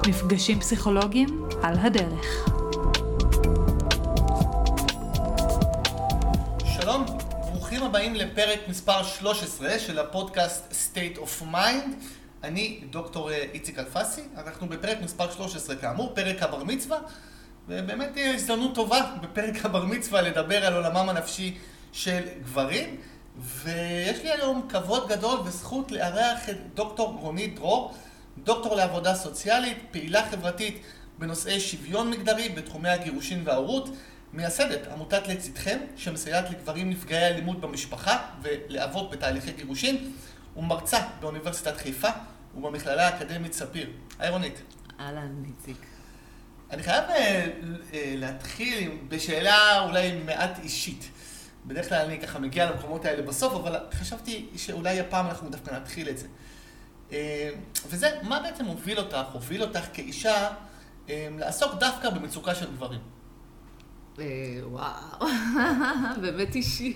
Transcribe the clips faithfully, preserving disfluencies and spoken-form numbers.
מפגשים פסיכולוגיים על הדרך. שלום, ברוכים הבאים לפרק מספר שלוש עשרה של הפודקאסט State of Mind. אני דוקטור איציק אלפסי, אנחנו בפרק מספר שלוש עשרה כאמור, פרק הבר מצווה, ובאמת תהיה הזדמנות טובה בפרק הבר מצווה לדבר על עולמם הנפשי של גברים. ויש לי היום כבוד גדול וזכות לארח את דוקטור רונית דרור, דוקטור לעבודה סוציאלית, פעילה חברתית בנושאי שוויון מגדרי בתחומי הגירושין וההורות, מייסדת עמותת לצידכם שמסייעת לגברים נפגעי אלימות במשפחה ולאבות בתהליכי גירושין, ומרצה באוניברסיטת חיפה ובמכללה האקדמית ספיר. היי רונית. אהלן איציק. אני חייב אה, אה, להתחיל בשאלה אולי מעט אישית. בדרך כלל אני ככה מגיע למקומות האלה בסוף, אבל חשבתי שאולי הפעם אנחנו דווקא נתחיל את זה. וזה, מה בעצם הוביל אותך, הוביל אותך כאישה לעסוק דווקא במצוקה של גברים? וואו, באמת אישי.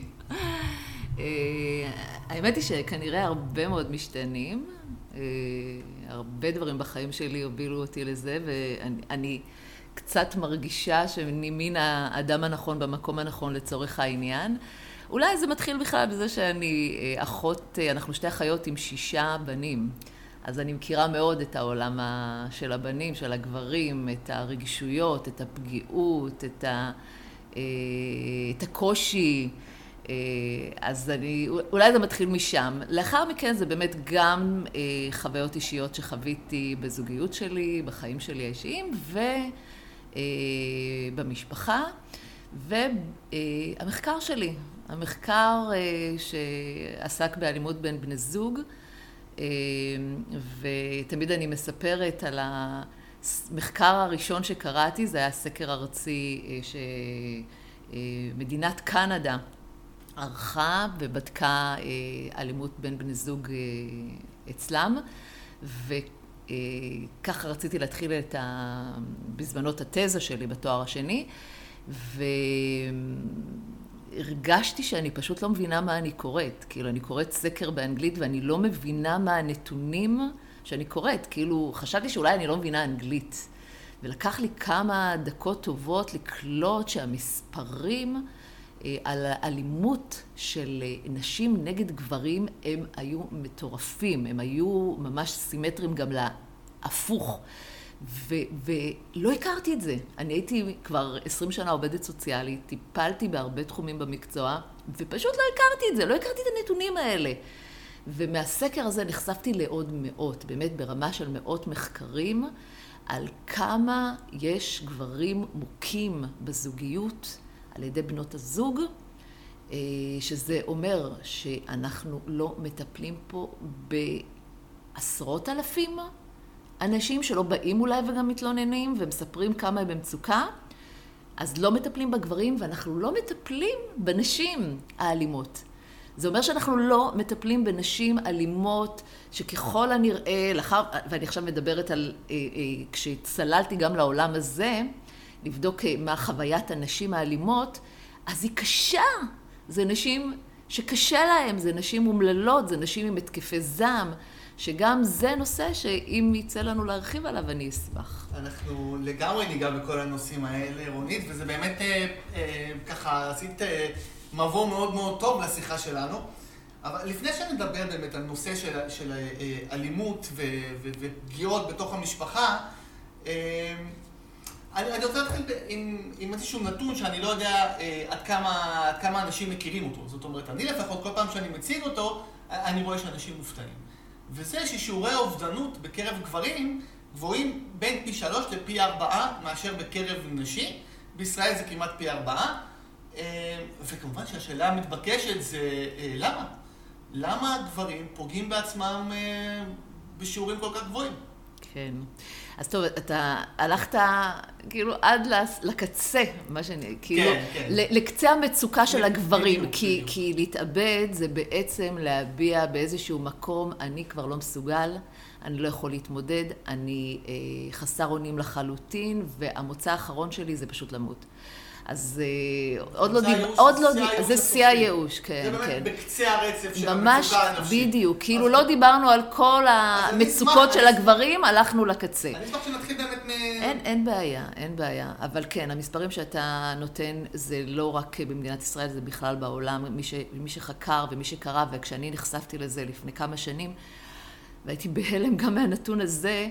האמת היא שכנראה הרבה מאוד משתנים, הרבה דברים בחיים שלי הובילו אותי לזה, ואני קצת מרגישה שאני מין האדם הנכון במקום הנכון לצורך העניין. אולי זה מתחיל בכלל בזה שאני אחות, אנחנו שתי אחיות עם שישה בנים. אז אני מכירה מאוד את העולם של הבנים, של הגברים, את הרגישויות, את הפגיעות, את, ה, את הקושי. אז אני, אולי זה מתחיל משם. לאחר מכן זה באמת גם חוויות אישיות שחוויתי בזוגיות שלי, בחיים שלי האישיים, ו... במשפחה, והמחקר שלי, המחקר שעסק באלימות בין בני זוג, ותמיד אני מספרת על המחקר הראשון שקראתי, זה היה סקר ארצי שמדינת קנדה ערכה ובדקה אלימות בין בני זוג אצלם, ו... ככה רציתי להתחיל את ה... בזמנות התזה שלי בתואר השני, והרגשתי שאני פשוט לא מבינה מה אני קוראת. כאילו, אני קוראת סקר באנגלית ואני לא מבינה מה הנתונים שאני קוראת. כאילו, חשבתי שאולי אני לא מבינה אנגלית. ולקח לי כמה דקות טובות לקלוט שהמספרים על האלימות של נשים נגד גברים הם היו מטורפים, הם היו ממש סימטריים גם להפוך, ו- ולא הכרתי את זה. אני הייתי כבר עשרים שנה עובדת סוציאלית, טיפלתי בהרבה תחומים במקצוע, ופשוט לא הכרתי את זה, לא הכרתי את הנתונים האלה. ומהסקר הזה נחשפתי לעוד מאות, באמת ברמה של מאות מחקרים, על כמה יש גברים מוכים בזוגיות, על ידי בנות הזוג, שזה אומר שאנחנו לא מטפלים פה בעשרות אלפים אנשים שלא באים אולי וגם מתלוננים ומספרים כמה הם במצוקה, אז לא מטפלים בגברים ואנחנו לא מטפלים בנשים האלימות. זה אומר שאנחנו לא מטפלים בנשים אלימות שככל הנראה, לאחר, ואני עכשיו מדברת על, כשצללתי גם לעולם הזה, לבדוק מה חוויית הנשים האלימות, אז היא קשה. זה נשים שקשה להם, זה נשים מומללות, זה נשים עם התקפי זעם, שגם זה נושא שאם יצא לנו להרחיב עליו, אני אשמח. אנחנו לגמרי ניגע בכל הנושאים האלה, רונית, וזה באמת אה, אה, ככה, עשית אה, מבוא מאוד מאוד טוב לשיחה שלנו. אבל לפני שנדבר באמת על נושא של, של אה, אלימות ו, ו, ופגיעות בתוך המשפחה, אה, אני, אני רוצה להתחיל עם, עם איזשהו נתון שאני לא יודע אה, עד, כמה, עד כמה אנשים מכירים אותו. זאת אומרת, אני לפחות כל פעם שאני מציג אותו, אני רואה שאנשים מופתעים. וזה ששיעורי האובדנות בקרב גברים גבוהים בין פי שלוש לפי ארבעה מאשר בקרב נשים. בישראל זה כמעט פי ארבעה. אה, וכמובן שהשאלה המתבקשת זה אה, למה? למה גברים פוגעים בעצמם אה, בשיעורים כל כך גבוהים? כן. אז טוב, אתה הלכת כאילו עד לקצה, מה שאני, כאילו, כן, כן. לקצה המצוקה של הגברים, בדיוק, כי, בדיוק. כי להתאבד זה בעצם להביע באיזשהו מקום, אני כבר לא מסוגל, אני לא יכול להתמודד, אני אה, חסר אונים לחלוטין, והמוצא האחרון שלי זה פשוט למות. אז עוד לא דיבר, עוד לא דיבר, זה שיא הייאוש, כן, כן. זה באמת בקצה הרצף של ממש, המצוקה הנפשית. בדיוק, כאילו לא דיברנו על כל המצוקות של הגברים, הלכנו לקצה. אני אשמח שנתחיל באמת מ... אין, אין בעיה, אין בעיה, אבל כן, המספרים שאתה נותן זה לא רק במדינת ישראל, זה בכלל בעולם, מי ש, מי שחקר ומי שקרא, וכשאני נחשפתי לזה לפני כמה שנים, והייתי בהלם גם מהנתון הזה,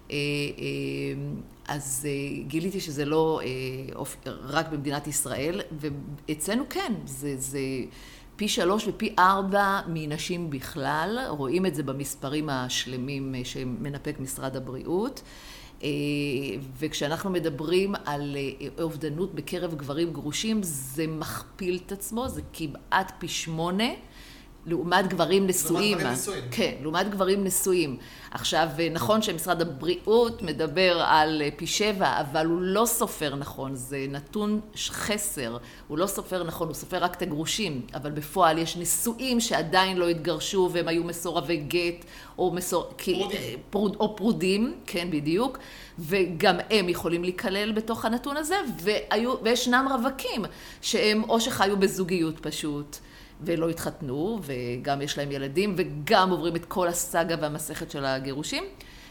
אז גיליתי שזה לא רק במדינת ישראל, ואצלנו כן, זה, זה פי שלוש ופי ארבע מנשים בכלל, רואים את זה במספרים השלמים שמנפק משרד הבריאות, וכשאנחנו מדברים על אובדנות בקרב גברים גרושים, זה מכפיל את עצמו, זה כמעט פי שמונה, לעומת גברים נשואים. לעומת גברים נשואים. כן, לעומת גברים נשואים. עכשיו, נכון שמשרד הבריאות מדבר על פי שבע, אבל הוא לא סופר נכון, זה נתון חסר. הוא לא סופר נכון, הוא סופר רק את הגרושים, אבל בפועל יש נשואים שעדיין לא התגרשו והם היו מסורבי גט, או, מסור... פרודים. פרוד... או פרודים, כן, בדיוק, וגם הם יכולים להיכלל בתוך הנתון הזה, והיו... וישנם רווקים שהם או שחיו בזוגיות פשוט, ולא התחתנו, וגם יש להם ילדים, וגם עוברים את כל הסאגה והמסכת של הגירושים,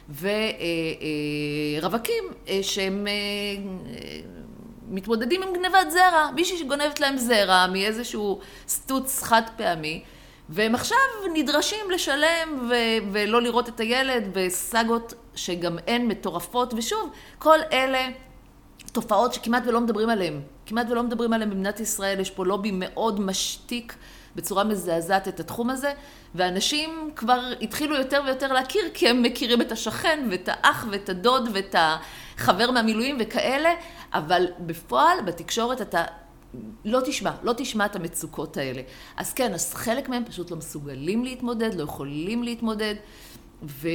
ורווקים שהם מתמודדים עם גנבת זרע, מישהי שגונבת להם זרע מאיזשהו סטוץ חד פעמי, והם עכשיו נדרשים לשלם ו- ולא לראות את הילד, וסאגות שגם הן מטורפות, ושוב, כל אלה תופעות שכמעט ולא מדברים עליהן. כמעט ולא מדברים עליהן במדינת ישראל, יש פה לובי מאוד משתיק בצורה מזעזעת את התחום הזה, ואנשים כבר התחילו יותר ויותר להכיר, כי הם מכירים את השכן ואת האח ואת הדוד ואת החבר מהמילואים וכאלה, אבל בפועל, בתקשורת אתה לא תשמע, לא תשמע את המצוקות האלה. אז כן, אז חלק מהם פשוט לא מסוגלים להתמודד, לא יכולים להתמודד, והם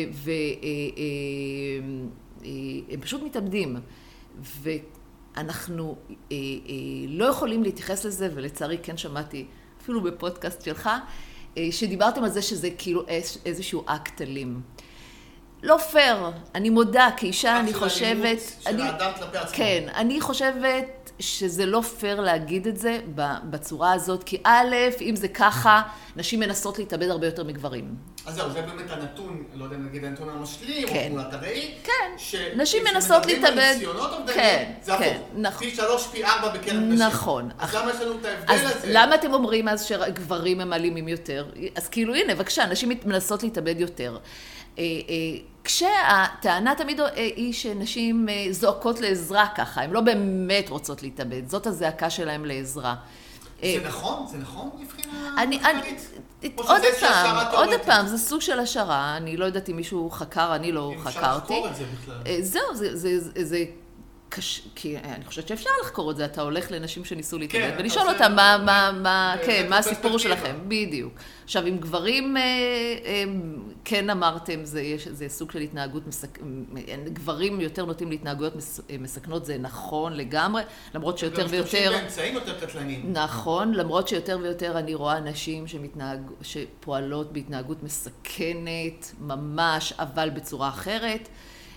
פשוט מתאבדים. ואנחנו אה, אה, לא יכולים להתייחס לזה, ולצערי כן שמעתי אפילו בפודקאסט שלך, אה, שדיברתם על זה שזה כאילו איז, איזשהו אקט אלים. לא פייר, אני מודה, כאישה אני חושבת... של האדם כלפי עצמו. כן, אני חושבת שזה לא פייר להגיד את זה בצורה הזאת, כי א', אם זה ככה, נשים מנסות להתאבד הרבה יותר מגברים. אז זהו, זה באמת הנתון, לא יודע אם נגיד הנתון המשלים, כן. או תמונת הראי. כן, נשים מנסות להתאבד. שמדברים על ניסיונות אובדניים, כן, זה הפוך. כן, נכון. פי שלוש, פי ארבע בקרב נשים. נכון. אז למה יש לנו את ההבדל אז הזה? למה אתם אומרים אז שגברים הם אלימים יותר? אז כאילו, הנה, בבקשה, נשים מנסות להתאבד יותר. כשהטענה תמיד היא שנשים זועקות לעזרה ככה, הן לא באמת רוצות להתאבד, זאת הזעקה שלהן לעזרה. זה נכון? זה נכון? מבחינה אני, אני, עוד פעם, עוד פעם, זה סוג של השערה, אני לא יודעת אם מישהו חקר, אני לא חקרתי. אפשר לחקור את זה בכלל. זהו, זה, זה, זה קשה, כי אני חושבת שאפשר לחקור את זה, אתה הולך לנשים שניסו להתאבד, ולשאול אותם מה, מה, מה, כן, מה הסיפור שלכם, בדיוק. עכשיו, עם גברים, כן אמרתם, זה סוג של התנהגות, גברים יותר נוטים להתנהגויות מסכנות, זה נכון לגמרי, למרות שיותר ויותר... גם באמצעים יותר קטלניים. נכון, למרות שיותר ויותר אני רואה נשים שפועלות בהתנהגות מסכנת, ממש, אבל בצורה אחרת.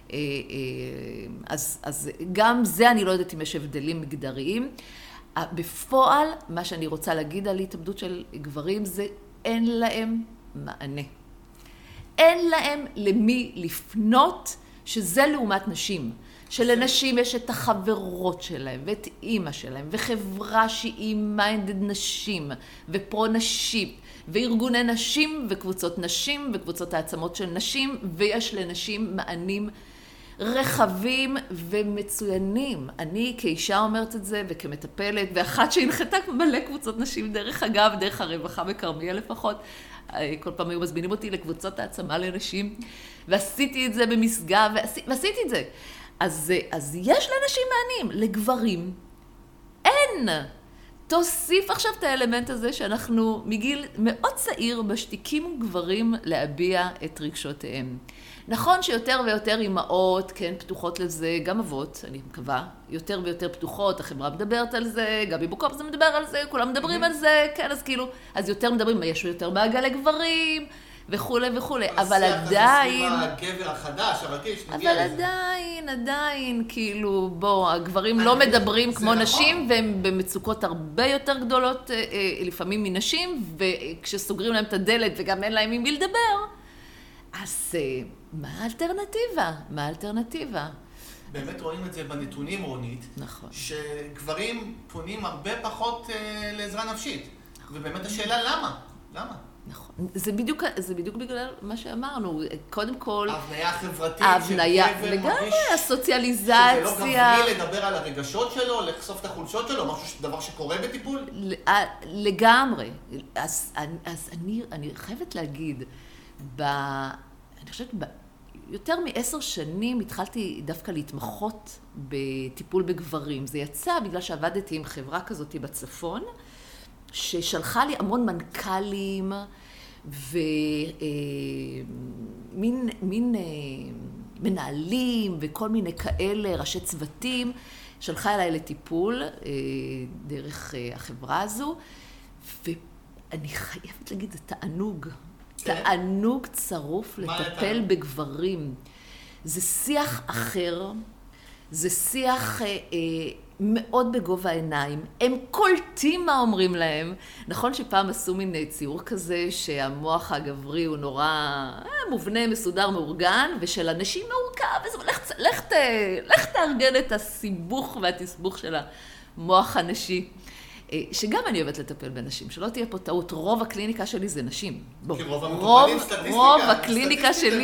אז, אז גם זה אני לא יודעת אם יש הבדלים מגדריים. בפועל, מה שאני רוצה להגיד על התאבדות של גברים זה אין להם מענה. אין להם למי לפנות, שזה לעומת נשים. שלנשים יש את החברות שלהם ואת אימא שלהם וחברה שהיא מיינדד נשים ופרו נשים וארגוני נשים וקבוצות נשים וקבוצות העצמות של נשים, ויש לנשים מענים רחבים ומצוינים. אני כאישה אומרת את זה וכמטפלת, ואחת שהנחתה מלא קבוצות נשים, דרך אגב, דרך הרווחה בכרמיאל לפחות, כל פעם היו מזמינים אותי לקבוצות העצמה לנשים, ועשיתי את זה במשגב, ועשי, ועשיתי את זה. אז, אז יש לנשים מענים, לגברים אין. תוסיף עכשיו את האלמנט הזה שאנחנו מגיל מאוד צעיר משתיקים גברים להביע את רגשותיהם. נכון שיותר ויותר אימהות, כן, פתוחות לזה, גם אבות, אני מקווה, יותר ויותר פתוחות, החברה מדברת על זה, גם בבוקופ זה מדבר על זה, כולם מדברים על זה, כן, אז כאילו, אז יותר מדברים, יש יותר מעגלי גברים, וכולי וכולי, אבל עדיין... השיח הזה סביב הגבר החדש, הרגיש, אבל נגיע לזה. עדיין, עדיין, כאילו, בוא, הגברים לא מדברים כמו נשים, והם במצוקות הרבה יותר גדולות, לפעמים מנשים, וכשסוגרים להם את הדלת וגם אין להם עם מי לדבר, אז מה האלטרנטיבה? מה האלטרנטיבה? באמת רואים את זה בנתונים, רונית. נכון. שגברים פונים הרבה פחות לעזרה נפשית. ובאמת השאלה למה? למה? נכון. זה בדיוק, זה בדיוק בגלל מה שאמרנו. קודם כל... ההבניה החברתית, ההבניה, לגמרי, הסוציאליזציה. שזה לא גברי לדבר על הרגשות שלו, לחשוף את החולשות שלו, משהו, דבר שקורה בטיפול? לגמרי. אז, אז אני, אני חייבת להגיד, ב, אני חושבת, ב, יותר מעשר שנים התחלתי דווקא להתמחות בטיפול בגברים. זה יצא בגלל שעבדתי עם חברה כזאת בצפון, ששלחה לי המון מנכ"לים ומין מין, מנהלים וכל מיני כאלה, ראשי צוותים, שלחה אליי לטיפול דרך החברה הזו, ואני חייבת להגיד, זה תענוג. כן? תענוג צרוף לטפל בגברים. זה שיח אחר, זה שיח... אה, מאוד בגובה העיניים, הם קולטים מה אומרים להם. נכון שפעם עשו מין ציור כזה שהמוח הגברי הוא נורא אה, מובנה, מסודר, מאורגן, ושל אנשים מאורכב, אז לך, לך, לך תארגן את הסיבוך והתסבוך של המוח הנשי. שגם אני אוהבת לטפל בנשים, שלא תהיה פה טעות, רוב הקליניקה שלי זה נשים. בוא, כי רוב המטופלים סטטיסטיקה, רוב הקליניקה שלי,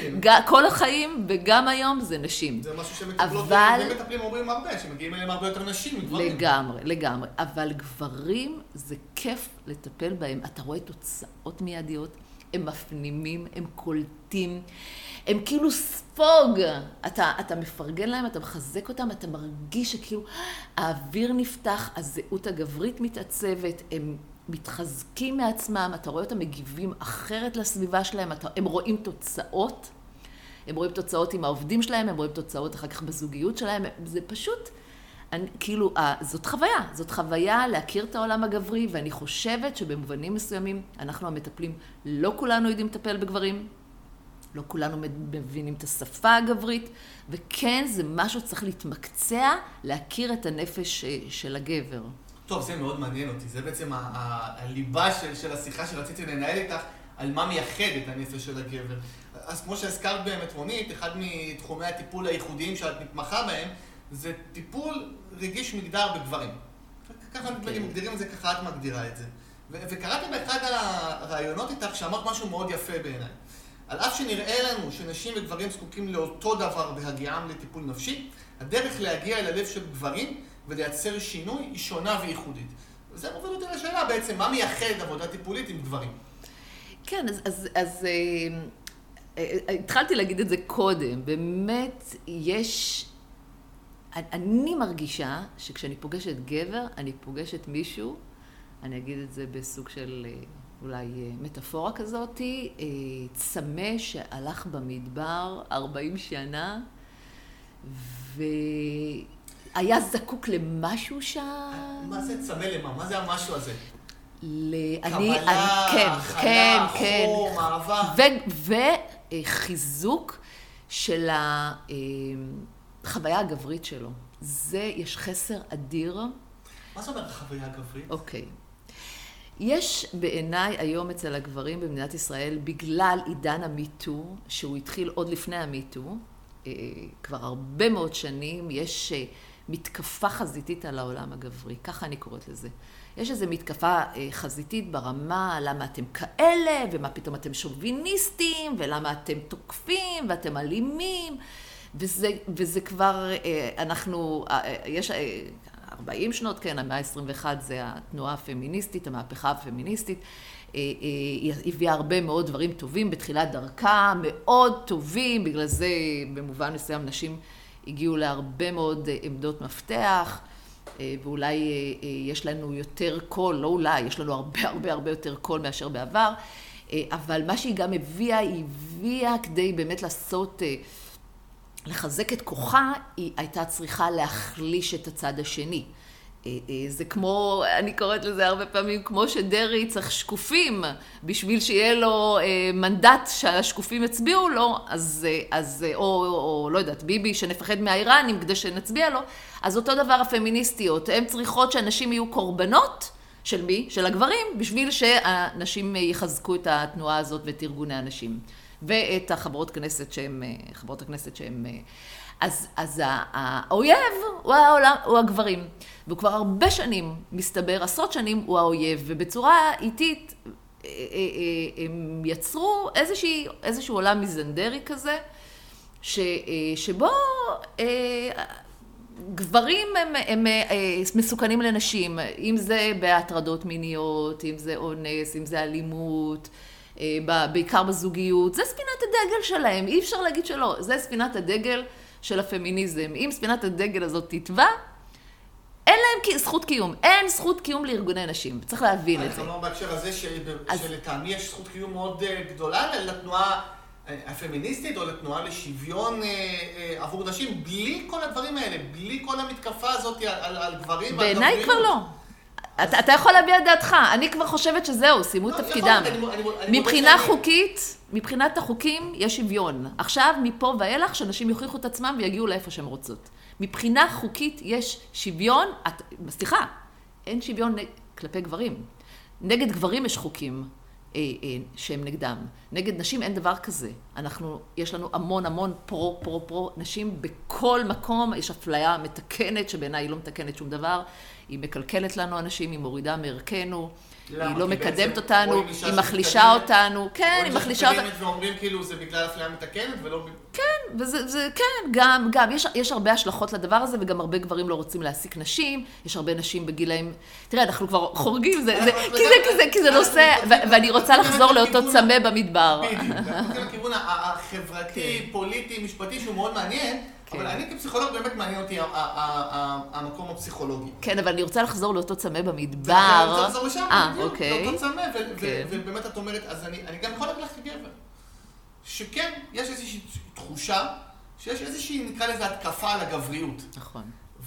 כל החיים וגם היום זה נשים. זה משהו שמטפלות ומטפלים אומרים הרבה, שמגיעים אליהם הרבה יותר נשים מגברים. לגמרי, לגמרי. אבל גברים זה כיף לטפל בהם. אתה רואה תוצאות מיידיות, הם מפנימים, הם קולטים, הם כאילו ספוג. אתה, אתה מפרגן להם, אתה מחזק אותם, אתה מרגיש שכאילו האוויר נפתח, הזהות הגברית מתעצבת, הם מתחזקים מעצמם, אתה רואה אותם מגיבים אחרת לסביבה שלהם, אתה, הם רואים תוצאות, הם רואים תוצאות עם העובדים שלהם, הם רואים תוצאות אחר כך בזוגיות שלהם, זה פשוט, אני, כאילו, זאת חוויה, זאת חוויה להכיר את העולם הגברי, ואני חושבת שבמובנים מסוימים, אנחנו המטפלים, לא כולנו יודעים לטפל בגברים, לא כולנו מבינים את השפה הגברית, וכן, זה משהו שצריך להתמקצע, להכיר את הנפש של הגבר. טוב, זה מאוד מעניין אותי. זה בעצם הליבה של, של השיחה שרציתי לנהל איתך, על מה מייחד את הנפש של הגבר. אז כמו שהזכרת באמת, רונית, אחד מתחומי הטיפול הייחודיים שאת מתמחה בהם, זה טיפול רגיש מגדר בגברים. ככה okay. מגדירים את זה, ככה את מגדירה את זה. ו- וקראתי באחד הרעיונות איתך שאמרת משהו מאוד יפה בעיניי. על אף שנראה לנו שנשים וגברים זקוקים לאותו דבר בהגיעם לטיפול נפשי, הדרך להגיע אל הלב של גברים ולייצר שינוי היא שונה וייחודית. וזה מוביל אותי לשאלה בעצם, מה מייחד עבודה טיפולית עם גברים? כן, אז, אז, אז אה, אה, התחלתי להגיד את זה קודם. באמת יש... אני מרגישה שכשאני פוגשת גבר, אני פוגשת מישהו, אני אגיד את זה בסוג של... אולי מטאפורה כזאת, צמא שהלך במדבר ארבעים שנה, והיה זקוק למשהו שם. מה זה צמא למה? מה זה המשהו הזה? קבלה, חלה, חום, אהבה. וחיזוק של החוויה הגברית שלו. זה, יש חסר אדיר. מה זאת אומרת חוויה גברית? אוקיי. יש בעיניי היום אצל הגברים במדינת ישראל, בגלל עידן המיטו, שהוא התחיל עוד לפני המיטו, כבר הרבה מאוד שנים, יש מתקפה חזיתית על העולם הגברי, ככה אני קוראת לזה. יש איזו מתקפה חזיתית ברמה, למה אתם כאלה, ומה פתאום אתם שוביניסטים, ולמה אתם תוקפים, ואתם אלימים, וזה, וזה כבר, אנחנו, יש... ארבעים שנות, כן, המאה ה-עשרים ואחת זה התנועה הפמיניסטית, המהפכה הפמיניסטית, היא הביאה הרבה מאוד דברים טובים בתחילת דרכה, מאוד טובים, בגלל זה במובן מסוים נשים הגיעו להרבה מאוד עמדות מפתח, ואולי יש לנו יותר קול, לא אולי, יש לנו הרבה הרבה הרבה יותר קול מאשר בעבר, אבל מה שהיא גם הביאה, היא הביאה כדי באמת לעשות... לחזק את כוחה, היא הייתה צריכה להחליש את הצד השני. זה כמו, אני קוראת לזה הרבה פעמים, כמו שדרי צריך שקופים, בשביל שיהיה לו מנדט שהשקופים הצביעו לו, אז, אז, או, או, או לא יודעת, ביבי שנפחד מהאיראנים כדי שנצביע לו, אז אותו דבר הפמיניסטיות, הן צריכות שאנשים יהיו קורבנות, של מי? של הגברים, בשביל שהנשים יחזקו את התנועה הזאת ואת ארגוני הנשים. ואת החברות כנסת שהם, חברות הכנסת שהם... אז, אז האויב הוא העולם, הוא הגברים. והוא כבר הרבה שנים, מסתבר, עשרות שנים, הוא האויב. ובצורה איטית, הם יצרו איזושהי, איזשהו עולם מיזנדרי כזה, ש, שבו... גברים הם, הם, הם מסוכנים לנשים, אם זה בהטרדות מיניות, אם זה אונס, אם זה אלימות, בעיקר בזוגיות. זה ספינת הדגל שלהם, אי אפשר להגיד שלא. זה ספינת הדגל של הפמיניזם. אם ספינת הדגל הזאת תטבע, אין להם זכות קיום. אין זכות קיום לארגוני נשים. צריך להבין את זה. אני חושב בהקשר הזה שלטעמי יש זכות קיום מאוד גדולה לתנועה הפמיניסטית או לתנועה לשוויון עבור נשים, בלי כל הדברים האלה, בלי כל המתקפה הזאת על, על גברים. בעיניי כבר לא. אתה, אתה יכול להביע את דעתך. אני כבר חושבת שזהו, סיימו את תפקידם. מבחינה חוקית, מבחינת החוקים, יש שוויון. עכשיו, מפה ואילך, שאנשים יוכיחו את עצמם ויגיעו לאיפה שהם רוצות. מבחינה חוקית יש שוויון, את, סליחה, אין שוויון כלפי גברים. נגד גברים יש חוקים. שהם נגדם. נגד נשים אין דבר כזה. אנחנו, יש לנו המון המון פרו, פרו, פרו, נשים בכל מקום, יש אפליה מתקנת, שבעיניי היא לא מתקנת שום דבר, היא מקלקלת לנו אנשים, היא מורידה מערכנו, היא לא מקדמת אותנו, היא מחלישה אותנו, כן, היא מחלישה אותנו. ואומרים כאילו זה בגלל אפליה מתקנת ולא... כן, וזה, זה, כן, גם, גם, יש, יש הרבה השלכות לדבר הזה, וגם הרבה גברים לא רוצים להעסיק נשים, יש הרבה נשים בגילאים, תראה, אנחנו כבר חורגים, זה, זה, כי זה, כי זה, כי זה נושא, ואני רוצה לחזור לאותו צמא במדבר. בדיוק, אנחנו לכיוון החברתי, פוליטי, משפטי, שהוא מאוד מעניין, אבל אני כפסיכולוג באמת מעניין אותי המקום הפסיכולוגי. כן, אבל אני רוצה לחזור לאותו צמא במדבר. אני רוצה לחזור לשם, לאותו צמא, ובאמת את אומרת, אז אני גם יכול להגיד לך כגבר. שכן, יש איזושהי תחושה, שיש איזושהי, נקרא לזה, התקפה על הגבריות. נכון.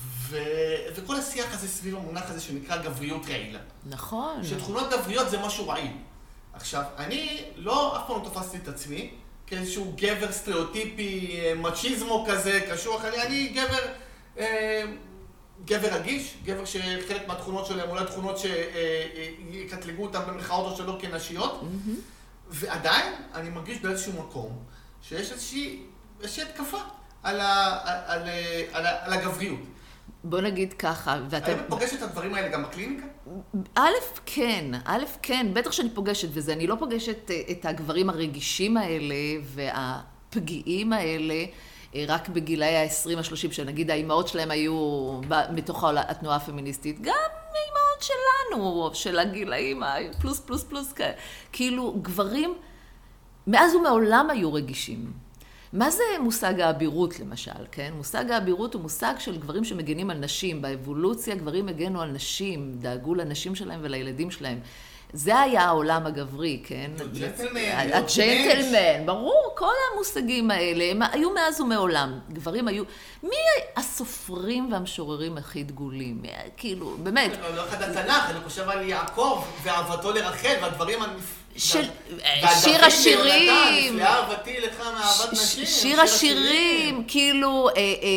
וכל השיח הזה סביב המונח הזה שנקרא גבריות רעילה. נכון. שתכונות גבריות זה משהו רעיל. עכשיו, אני לא, אף פעם לא תופסתי את עצמי, כאיזשהו גבר סטריאוטיפי, מצ'יזמו כזה, קשור אחרי, אני גבר, אה, גבר רגיש, גבר שחלק מהתכונות שלהם, אולי תכונות שיקטלגו אותם במחאות או שלא כנשיות, mm-hmm. ועדיין אני מרגיש באיזשהו מקום שיש איזושהי, איזושהי התקפה על, ה, על, על, על, על הגבריות. בוא נגיד ככה, ואתה... האם את פוגשת את הדברים האלה גם בקליניקה? א', כן, א', כן, בטח שאני פוגשת וזה, אני לא פוגשת את הגברים הרגישים האלה והפגיעים האלה רק בגילאי ה-עשרים ה-שלושים, שנגיד האימהות שלהם היו מתוך התנועה הפמיניסטית, גם האימהות שלנו, של הגילאים פלוס פלוס פלוס, כאילו גברים מאז ומעולם היו רגישים. מה זה מושג האבירות למשל, כן? מושג האבירות הוא מושג של גברים שמגנים על נשים. באבולוציה גברים הגנו על נשים, דאגו לנשים שלהם ולילדים שלהם. זה היה העולם הגברי, כן? הג'נטלמן. הג'נטלמן, ברור, כל המושגים האלה, הם היו מאז ומעולם. גברים היו... מי הסופרים והמשוררים הכי דגולים? כאילו, באמת. לא אחד התנ"ך, אני חושב על יעקב ואהבתו לרחל והדברים הנפלאים. של שיר השירים, אהבתי לך מאהבת נשים, שיר השירים, כאילו,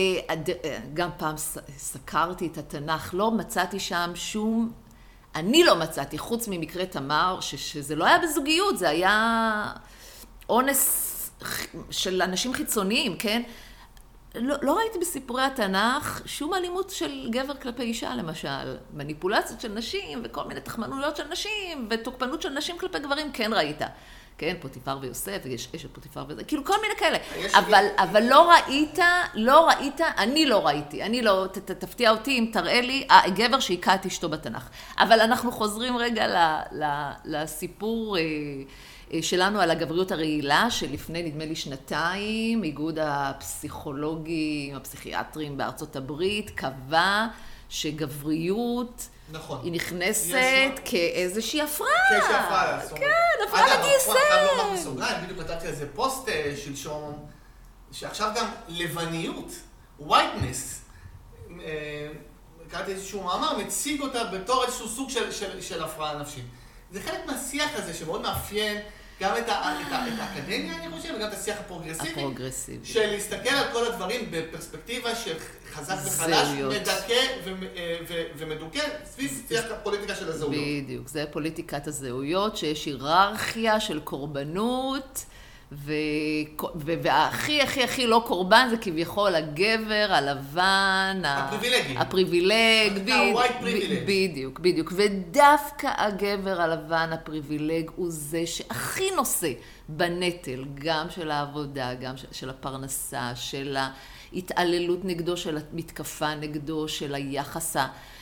גם פעם סקרתי את התנ"ך, לא מצאתי שם שום, אני לא מצאתי, חוץ ממקרה תמר, שזה לא היה בזוגיות, זה היה אונס של אנשים חיצוניים, כן? לא, לא ראיתי בסיפורי התנ"ך שום אלימות של גבר כלפי אישה, למשל. מניפולציות של נשים וכל מיני תחמנויות של נשים ותוקפנות של נשים כלפי גברים, כן ראית. כן, פוטיפר ויוסף, יש אשת פוטיפר וזה, כאילו כל מיני כאלה. אבל, אבל לא ראית, לא ראית, אני לא ראיתי, אני לא, ת, ת, תפתיע אותי אם תראה לי, הגבר שהיכה את אשתו בתנ"ך. אבל אנחנו חוזרים רגע ל, ל, לסיפור... שלנו על הגבריות הרעילה, שלפני נדמה לי שנתיים, איגוד הפסיכולוגים, הפסיכיאטרים בארצות הברית, קבע שגבריות, נכון. היא נכנסת כאיזושהי הפרעה. כאיזושהי הפרעה. כן, הפרעה לגייסם. אגב, אני חייב לומר בסוגריים, בדיוק נתתי על זה פוסט שלשום, שעכשיו גם לבניות, whiteness, קראתי איזשהו מאמר, מציג אותה בתור איזשהו סוג של, של, של הפרעה נפשית. זה חלק מהשיח הזה שמאוד מאפיין גם את, ה, את, ה, את האקדמיה, אני חושב, וגם את השיח הפרוגרסיבי. הפרוגרסיבי. של להסתכל על כל הדברים בפרספקטיבה של חזק וחלש, מדכא ו, ו, ומדוכא, סביב שיח הפוליטיקה של הזהויות. בדיוק, זה פוליטיקת הזהויות, שיש היררכיה של קורבנות, ו... ו... והכי הכי הכי לא קורבן זה כביכול הגבר, הלבן, הפריבילגי. הפריבילג, ב... ב... בדיוק, בדיוק. ודווקא הגבר הלבן, הפריבילג, הוא זה שהכי נושא בנטל, גם של העבודה, גם של הפרנסה, של ההתעללות נגדו, של המתקפה נגדו, של היחס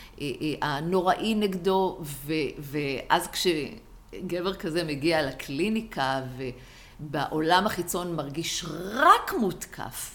הנוראי נגדו, ו... ואז כשגבר כזה מגיע לקליניקה ו... בעולם החיצון מרגיש רק מותקף,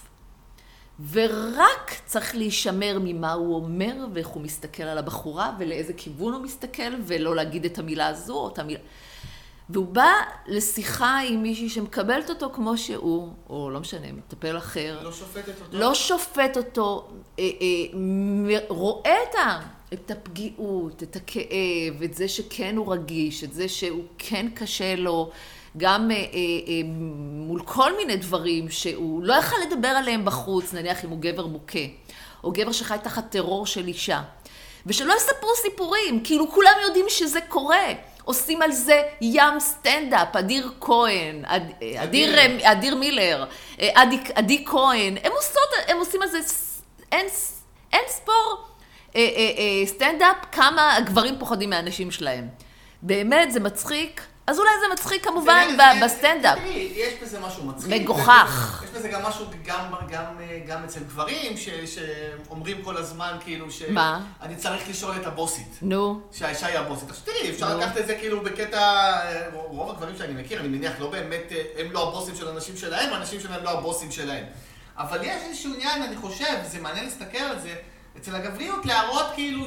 ורק צריך להישמר ממה הוא אומר, ואיך הוא מסתכל על הבחורה, ולאיזה כיוון הוא מסתכל, ולא להגיד את המילה הזו או את המילה. והוא בא לשיחה עם מישהי שמקבלת אותו כמו שהוא, או לא משנה, מטפל אחר. לא שופטת אותו. לא שופט אותו, אה, אה, רואה את ה... את הפגיעות, את הכאב, את זה שכן הוא רגיש, את זה שהוא כן קשה לו, גם אה, אה, מול כל מיני דברים שהוא לא יכול לדבר עליהם בחוץ, נניח אם הוא גבר מוכה, או גבר שחי תחת טרור של אישה. ושלא יספרו סיפורים, כאילו כולם יודעים שזה קורה. עושים על זה ים סטנדאפ, אדיר כהן, אד, אדיר, אדיר, אדיר מילר, עדי, עדי כהן, הם, עושות, הם עושים על זה אין, אין ספור סטנדאפ, כמה הגברים פוחדים מהאנשים שלהם. באמת זה מצחיק. אז אולי זה מצחיק כמובן בסטנדאפ. תראי, יש בזה משהו מצחיק. מגוחך. יש בזה גם משהו, גם אצל גברים, שאומרים כל הזמן כאילו ש... מה? אני צריך לשאול את הבוסית. נו. שהאישה היא הבוסית. אז תראי, אפשר לקחת את זה כאילו בקטע... רוב הגברים שאני מכיר, אני מניח, לא באמת, הם לא הבוסים של אנשים שלהם, האנשים שלהם לא הבוסים שלהם. אבל יש איזשהו עניין, אני חושב, זה מעניין להסתכל על זה, אצל הגבריות, להראות כאילו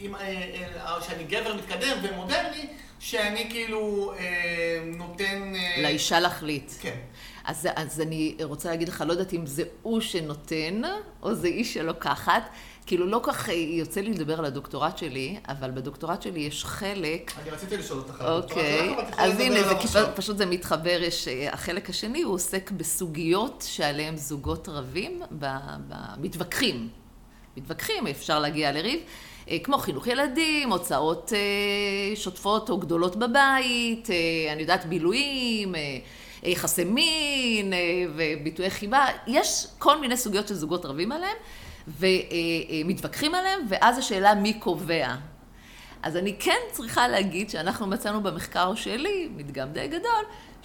שאני גבר מתקדם ומודרני, שאני כאילו אה, נותן... אה... לאישה להחליט. כן. אז, אז אני רוצה להגיד לך, לא יודעת אם זה הוא שנותן, או זה איש שלוקחת. כאילו לא כך יוצא לי לדבר על הדוקטורט שלי, אבל בדוקטורט שלי יש חלק... אני רציתי לשאול אותך על הדוקטורט שלך, אבל תוכלי לדבר עליו עכשיו. אז הנה, פשוט זה מתחבר, יש... החלק השני הוא עוסק בסוגיות שעליהם זוגות רבים, במתווכחים. מתווכחים, אפשר להגיע לריב. כמו חינוך ילדים, הוצאות שוטפות או גדולות בבית, אני יודעת, בילויים, יחסי מין וביטויי חיבה. יש כל מיני סוגיות של זוגות רבים עליהם ומתווכחים עליהם, ואז השאלה מי קובע. אז אני כן צריכה להגיד שאנחנו מצאנו במחקר שלי, מדגם די גדול,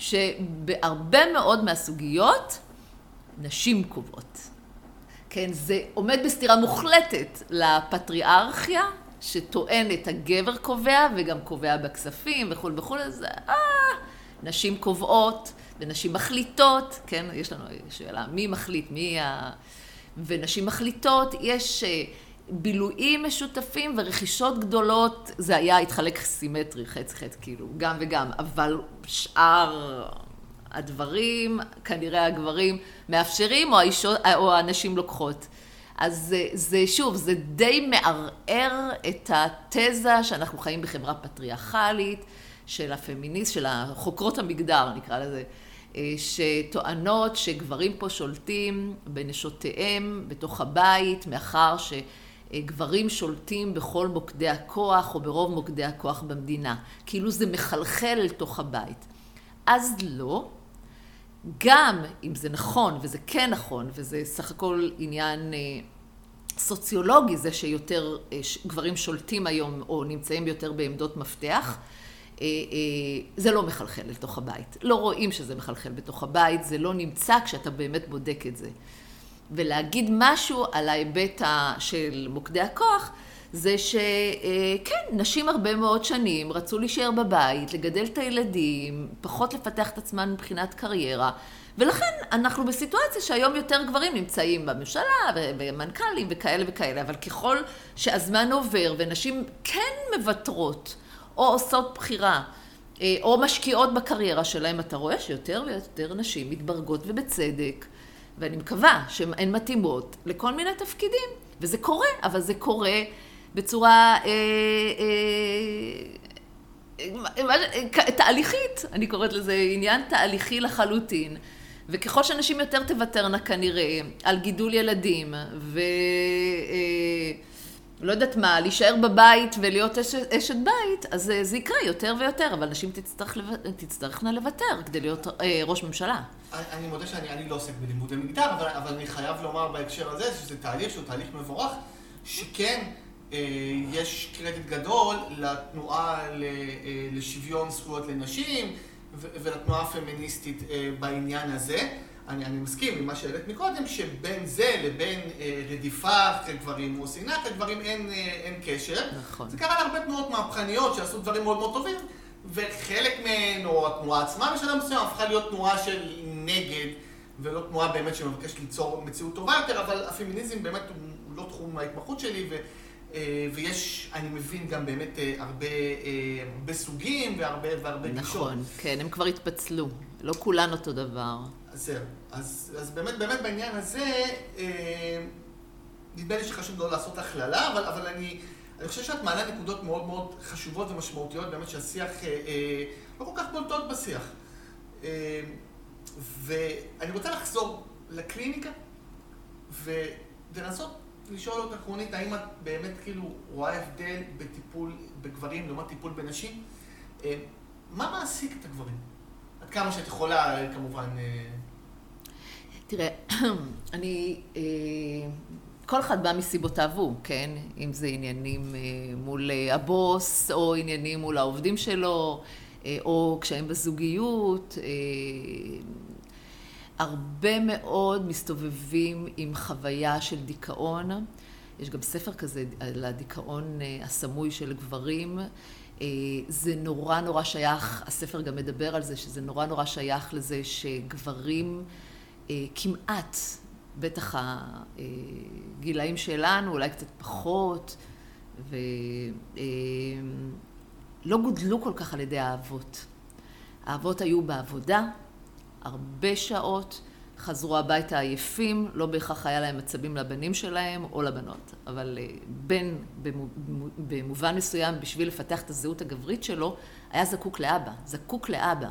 שבהרבה מאוד מהסוגיות נשים קובעות. כן, זה עומד בסתירה מוחלטת לפטריארכיה, שטוענת הגבר קובע, וגם קובע בכספים וכו' וכו', אז אה, נשים קובעות, ונשים מחליטות, כן, יש לנו שאלה, מי מחליט, מי ה... ונשים מחליטות, יש בילויים משותפים ורכישות גדולות, זה היה התחלק סימטרי, חץ חץ, כאילו, גם וגם, אבל שאר... הדברים, כנראה הגברים מאפשרים, או, האישות, או האנשים לוקחות. אז זה, זה, שוב, זה די מערער את התזה שאנחנו חיים בחברה פטריארכלית, של הפמיניסט, של החוקרות המגדר, נקרא לזה, שטוענות שגברים פה שולטים בנשותיהם, בתוך הבית, מאחר שגברים שולטים בכל מוקדי הכוח, או ברוב מוקדי הכוח במדינה. כאילו זה מחלחל אל תוך הבית. אז לא. גם אם זה נכון, וזה כן נכון, וזה סך הכל עניין סוציולוגי, זה שיותר גברים שולטים היום או נמצאים יותר בעמדות מפתח, זה לא מחלחל לתוך הבית. לא רואים שזה מחלחל בתוך הבית, זה לא נמצא כשאתה באמת בודק את זה. ולהגיד משהו על ההיבט של מוקדי הכוח, זה שכן, נשים הרבה מאוד שנים רצו להישאר בבית, לגדל את הילדים, פחות לפתח את עצמן מבחינת קריירה, ולכן אנחנו בסיטואציה שהיום יותר גברים נמצאים בממשלה ומנכ"לים וכאלה וכאלה, אבל ככל שהזמן עובר ונשים כן מבטרות או עושות בחירה או משקיעות בקריירה שלהם, אתה רואה שיותר ויותר נשים מתברגות ובצדק, ואני מקווה שהן מתאימות לכל מיני תפקידים, וזה קורה, אבל זה קורה בצורה אה, אה, תהליכית, אני קוראת לזה עניין תהליכי לחלוטין. וככל שאנשים יותר תוותרנה כנראה על גידול ילדים ו... לא יודעת מה, להישאר בבית ולהיות אשת, אשת בית, אז זה יקרה יותר ויותר, אבל נשים תצטרך, תצטרכנה לוותר כדי להיות אה, ראש ממשלה. אני, אני מודה שאני אני לא עוסק בלימודי מגדר, אבל, אבל אני חייב לומר בהקשר הזה שזה תהליך שהוא תהליך מבורך, שכן אה, יש קרדיט גדול לתנועה ל, אה, לשוויון זכויות לנשים ו, ולתנועה הפמיניסטית אה, בעניין הזה. אני, אני מסכים עם מה שהעלית מקודם, שבין זה לבין אה, רדיפה אחרי גברים או שנאה אחרי גברים אין, אה, אין קשר. נכון. זה קרה להרבה תנועות מהפכניות שעשו דברים מאוד מאוד טובים, וחלק מהן, או התנועה עצמה בשלב מסוים, הפכה להיות תנועה של נגד, ולא תנועה באמת שמבקשת ליצור מציאות טובה יותר, אבל הפמיניזם באמת הוא לא תחום ההתמחות שלי, ו, אה, ויש, אני מבין, גם באמת אה, הרבה, אה, הרבה סוגים והרבה, והרבה גישות. נכון, כן, הם כבר התפצלו. לא כולן אותו דבר. אז זהו. אז, אז באמת, באמת בעניין הזה, אה, נדמה לי שחשוב לא לעשות הכללה, אבל, אבל אני, אני חושב שאת מעלה נקודות מאוד מאוד חשובות ומשמעותיות, באמת שהשיח אה, אה, לא כל כך בולטות בשיח. אה, ואני רוצה לחזור לקליניקה, ולנסות לשאול אותך עקרונית, האם את באמת כאילו רואה הבדל בטיפול בגברים לעומת טיפול בנשים? אה, מה מעסיק את הגברים? עד כמה שאת יכולה, כמובן... תראה, אני... כל אחד בא מסיבותיו הוא, כן? אם זה עניינים מול הבוס, או עניינים מול העובדים שלו, או קשיים בזוגיות. הרבה מאוד מסתובבים עם חוויה של דיכאון. יש גם ספר כזה על הדיכאון הסמוי של גברים. זה נורא נורא שייך, הספר גם מדבר על זה, שזה נורא נורא שייך לזה שגברים כמעט, בטח הגילאים שלנו, אולי קצת פחות, ולא גודלו כל כך על ידי האבות. האבות היו בעבודה, הרבה שעות, חזרו הביתה עייפים, לא בהכרח היה להם מצבים לבנים שלהם או לבנות. אבל בן, במובן מסוים, בשביל לפתח את הזהות הגברית שלו, היה זקוק לאבא, זקוק לאבא.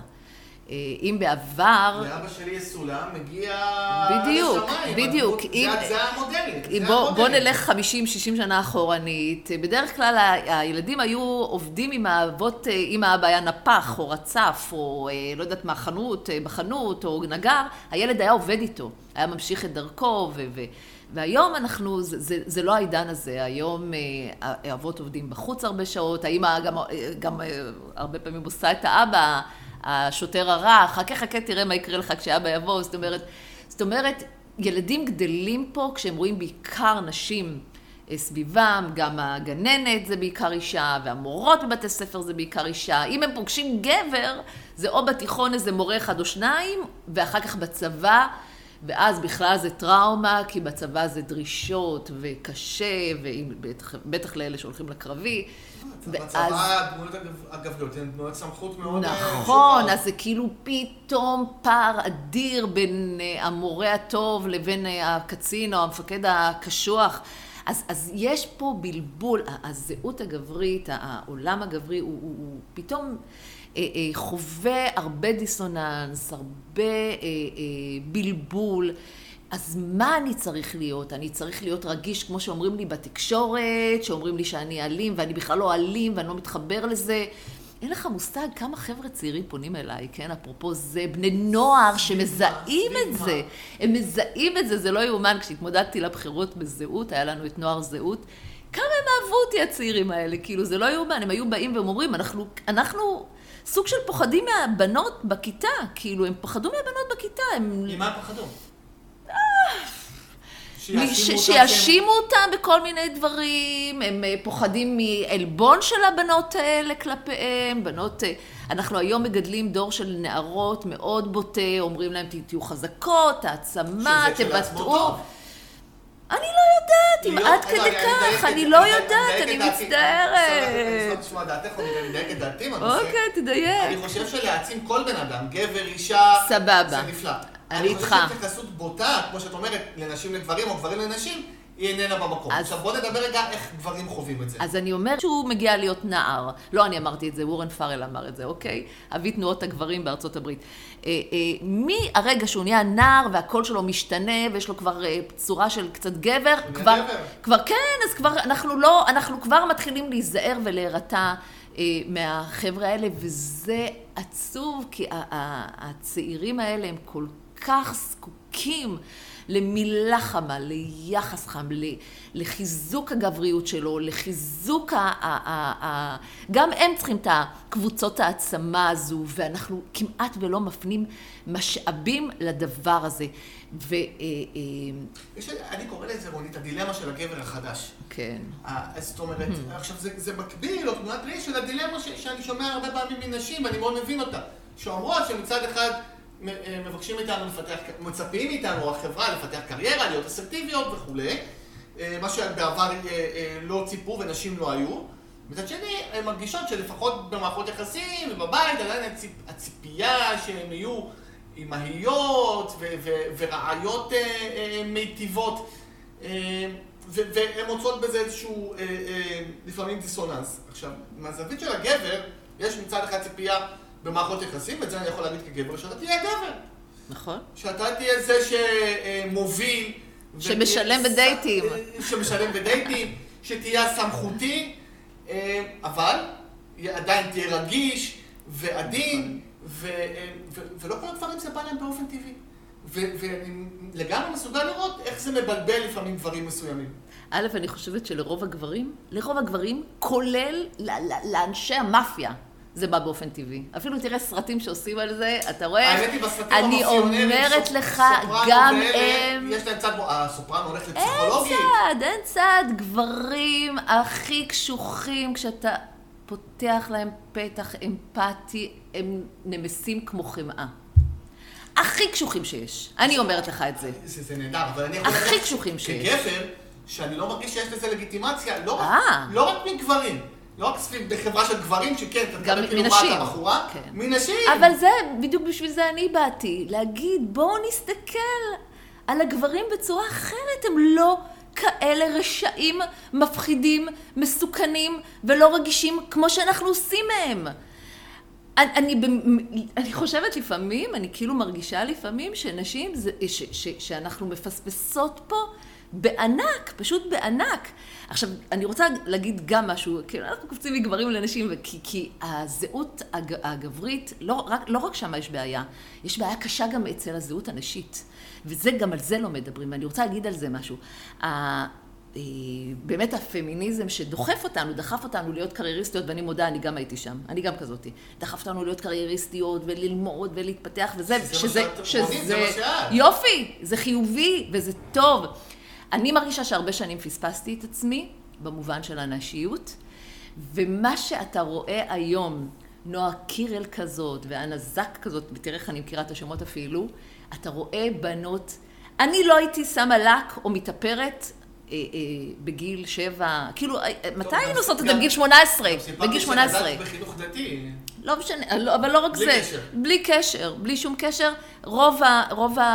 אם בעבר... לאבא שלי יש סולם, מגיע בדיוק, לשמיים. בדיוק. זה, זה המודלית. בוא, בוא נלך חמישים שישים שנה אחורנית. בדרך כלל הילדים היו עובדים עם האבות, אם האבא היה נפח או רצף, או לא יודעת מה, חנות, בחנות, או נגר, הילד היה עובד איתו, היה ממשיך את דרכו, ו... ו והיום אנחנו, זה, זה, זה לא העידן הזה, היום האבות עובדים בחוץ הרבה שעות, האמא גם, גם הרבה פעמים עושה את האבא, השוטר הרע, חכה חכה תראה מה יקרה לך כשאבא יבוא, זאת אומרת, זאת אומרת, ילדים גדלים פה כשהם רואים בעיקר נשים סביבם, גם הגננת זה בעיקר אישה, והמורות בבתי ספר זה בעיקר אישה, אם הם פוגשים גבר, זה או בתיכון איזה מורה אחד או שניים, ואחר כך בצבא, ואז בכלל זה טראומה, כי בצבא זה דרישות וקשה, ובטח לאלה שהולכים לקרבי. בצבא הדמויות הגבריות הן דמויות סמכות מאוד... נכון, אז זה כאילו פתאום פער אדיר בין המורה הטוב לבין הקצין או המפקד הקשוח. אז, אז יש פה בלבול, הזהות הגברית, העולם הגברי, הוא, הוא, הוא פתאום אה, אה, חווה הרבה דיסוננס, הרבה אה, אה, בלבול. אז מה אני צריך להיות? אני צריך להיות רגיש, כמו שאומרים לי בתקשורת, שאומרים לי שאני אלים, ואני בכלל לא אלים, ואני לא מתחבר לזה. אין לך מושג כמה חבר'ה צעירים פונים אליי, כן? אפרופו זה, בני נוער שמזהים את זה. הם מזהים את זה, זה לא יאומן. כשהתמודדתי לבחירות בזהות, היה לנו את נוער זהות. כמה הם אהבו אותי הצעירים האלה? כאילו, זה לא יאומן. הם היו באים והם אומרים, אנחנו, אנחנו סוג של פוחדים מהבנות בכיתה. כאילו, הם פחדו מהבנות בכיתה. הם... ממה פחדו? שיאשימו אותם בכל מיני דברים, הם פוחדים מעלבון של הבנות האלה כלפיהם, בנות, אנחנו היום מגדלים דור של נערות מאוד בוטה, אומרים להם תהיו חזקות, העצמה, תבטאו. אני לא יודעת, אם עד כדי כך, אני לא יודעת, אני מצטערת. אני אשמח לשמוע דעתך, אני מדייק את דעתי בנושא. אוקיי, תדייק. אני חושב שלהעצים כל בן אדם, גבר, אישה, זה נפלא. אני איתך. אני חושב שהתייחסות בוטה, כמו שאת אומרת, לנשים לגברים או גברים לנשים, היא איננה במקום. אז... עכשיו בוא נדבר רגע איך גברים חווים את זה. אז אני אומרת שהוא מגיע להיות נער. לא אני אמרתי את זה, וורן פארל אמר את זה, אוקיי? אבי תנועות הגברים בארצות הברית. אה, אה, מהרגע שהוא נהיה נער והקול שלו משתנה, ויש לו כבר אה, צורה של קצת גבר, כבר, גבר. כבר כן, אז כבר אנחנו לא, אנחנו כבר מתחילים להיזהר ולהירתע אה, מהחבר'ה האלה, וזה עצוב, כי הצעירים האלה הם כל כך זקוקים למילה חמה, ליחס חם, לחיזוק הגבריות שלו, לחיזוק ה... ה, ה גם הם צריכים את הקבוצות העצמה הזו, ואנחנו כמעט ולא מפנים משאבים לדבר הזה. ו... אני קורא לזה, רונית, הדילמה של הגבר החדש. כן. זאת אומרת, עכשיו זה מקביל, או תמונת ראי של הדילמה שאני שומע הרבה פעמים מנשים, ואני מאוד מבין אותה, שאומרות שמצד אחד מבקשים איתנו לפתח, מצפים איתנו, החברה, לפתח קריירה, להיות אסרטיביות וכו'. מה שבעבר לא ציפו ונשים לא היו. מצד שני, הן מרגישות שלפחות במערכות יחסים ובבית, עדיין הציפייה שהן יהיו אימהיות ורעיות מיטיבות, והן מוצאות בזה איזשהו לפעמים דיסוננס. עכשיו, מהזווית של הגבר, יש מצד אחד ציפייה במערכות יחסים, ואת זה אני יכול להגיד כגבר, שאתה תהיה גבר. נכון. שאתה תהיה זה שמוביל. שמשלם בדייטים. שמשלם בדייטים, שתהיה סמכותי, אבל עדיין תהיה רגיש ועדין, ולא כל הדברים זה בא להם באופן טבעי. ואני לגמרי מסוגל לראות איך זה מבלבל לפעמים דברים מסוימים. א', אני חושבת שלרוב הגברים, לרוב הגברים, כולל לאנשי המאפיה, זה בא באופן טבעי. אפילו תראה סרטים שעושים על זה, אתה רואה? אני אומרת לך, גם הם... יש להם צד, הסופרנו הולך לפסיכולוגית. אין צד, אין צד. גברים הכי קשוחים, כשאתה פותח להם פתח אמפתי, הם נמסים כמו חמאה. הכי קשוחים שיש. אני אומרת לך את זה. זה נהדר, אבל אני יכול הכי קשוחים שיש. כגבר, שאני לא מרגיש שיש לזה לגיטימציה, לא רק מגברים. לא רק סביב בחברה של גברים, שכן, אתה תקבל כאילו מה אתה בחורה, מנשים. אבל זה, בדיוק בשביל זה אני באתי, להגיד, בואו נסתכל על הגברים בצורה אחרת, הם לא כאלה רשעים, מפחידים, מסוכנים, ולא רגישים כמו שאנחנו עושים מהם. אני, אני, אני חושבת לפעמים, אני כאילו מרגישה לפעמים שנשים, זה, ש, ש, שאנחנו מפספסות פה, בענק, פשוט בענק. עכשיו, אני רוצה להגיד גם משהו, כאילו אנחנו קופצים מגברים לנשים, כי, כי הזהות הג, הגברית, לא רק, לא רק שם יש בעיה, יש בעיה קשה גם אצל הזהות הנשית, וזה גם על זה לא מדברים, ואני רוצה להגיד על זה משהו. באמת הפמיניזם שדוחף אותנו, דחף אותנו להיות קרייריסטיות, ואני מודה, אני גם הייתי שם, אני גם כזאת, דחף אותנו להיות קרייריסטיות וללמוד ולהתפתח, וזה, שזה, שזה, יופי, זה חיובי וזה טוב. אני מרגישה שהרבה שנים פספסתי את עצמי, במובן של הנשיות, ומה שאתה רואה היום, נועה קירל כזאת, ואנה זק כזאת, ותראה איך אני מכירה את השמות אפילו, אתה רואה בנות, אני לא הייתי שמה לק או מתאפרת אה, אה, בגיל שבע, כאילו, מתי היינו עושות את זה? בגיל שמונה עשרה, בגיל שמונה עשרה. סיפרתי בחינוך דתי. לא משנה, אבל לא רק זה. בלי קשר. בלי קשר, בלי שום קשר. רוב ה... רוב ה...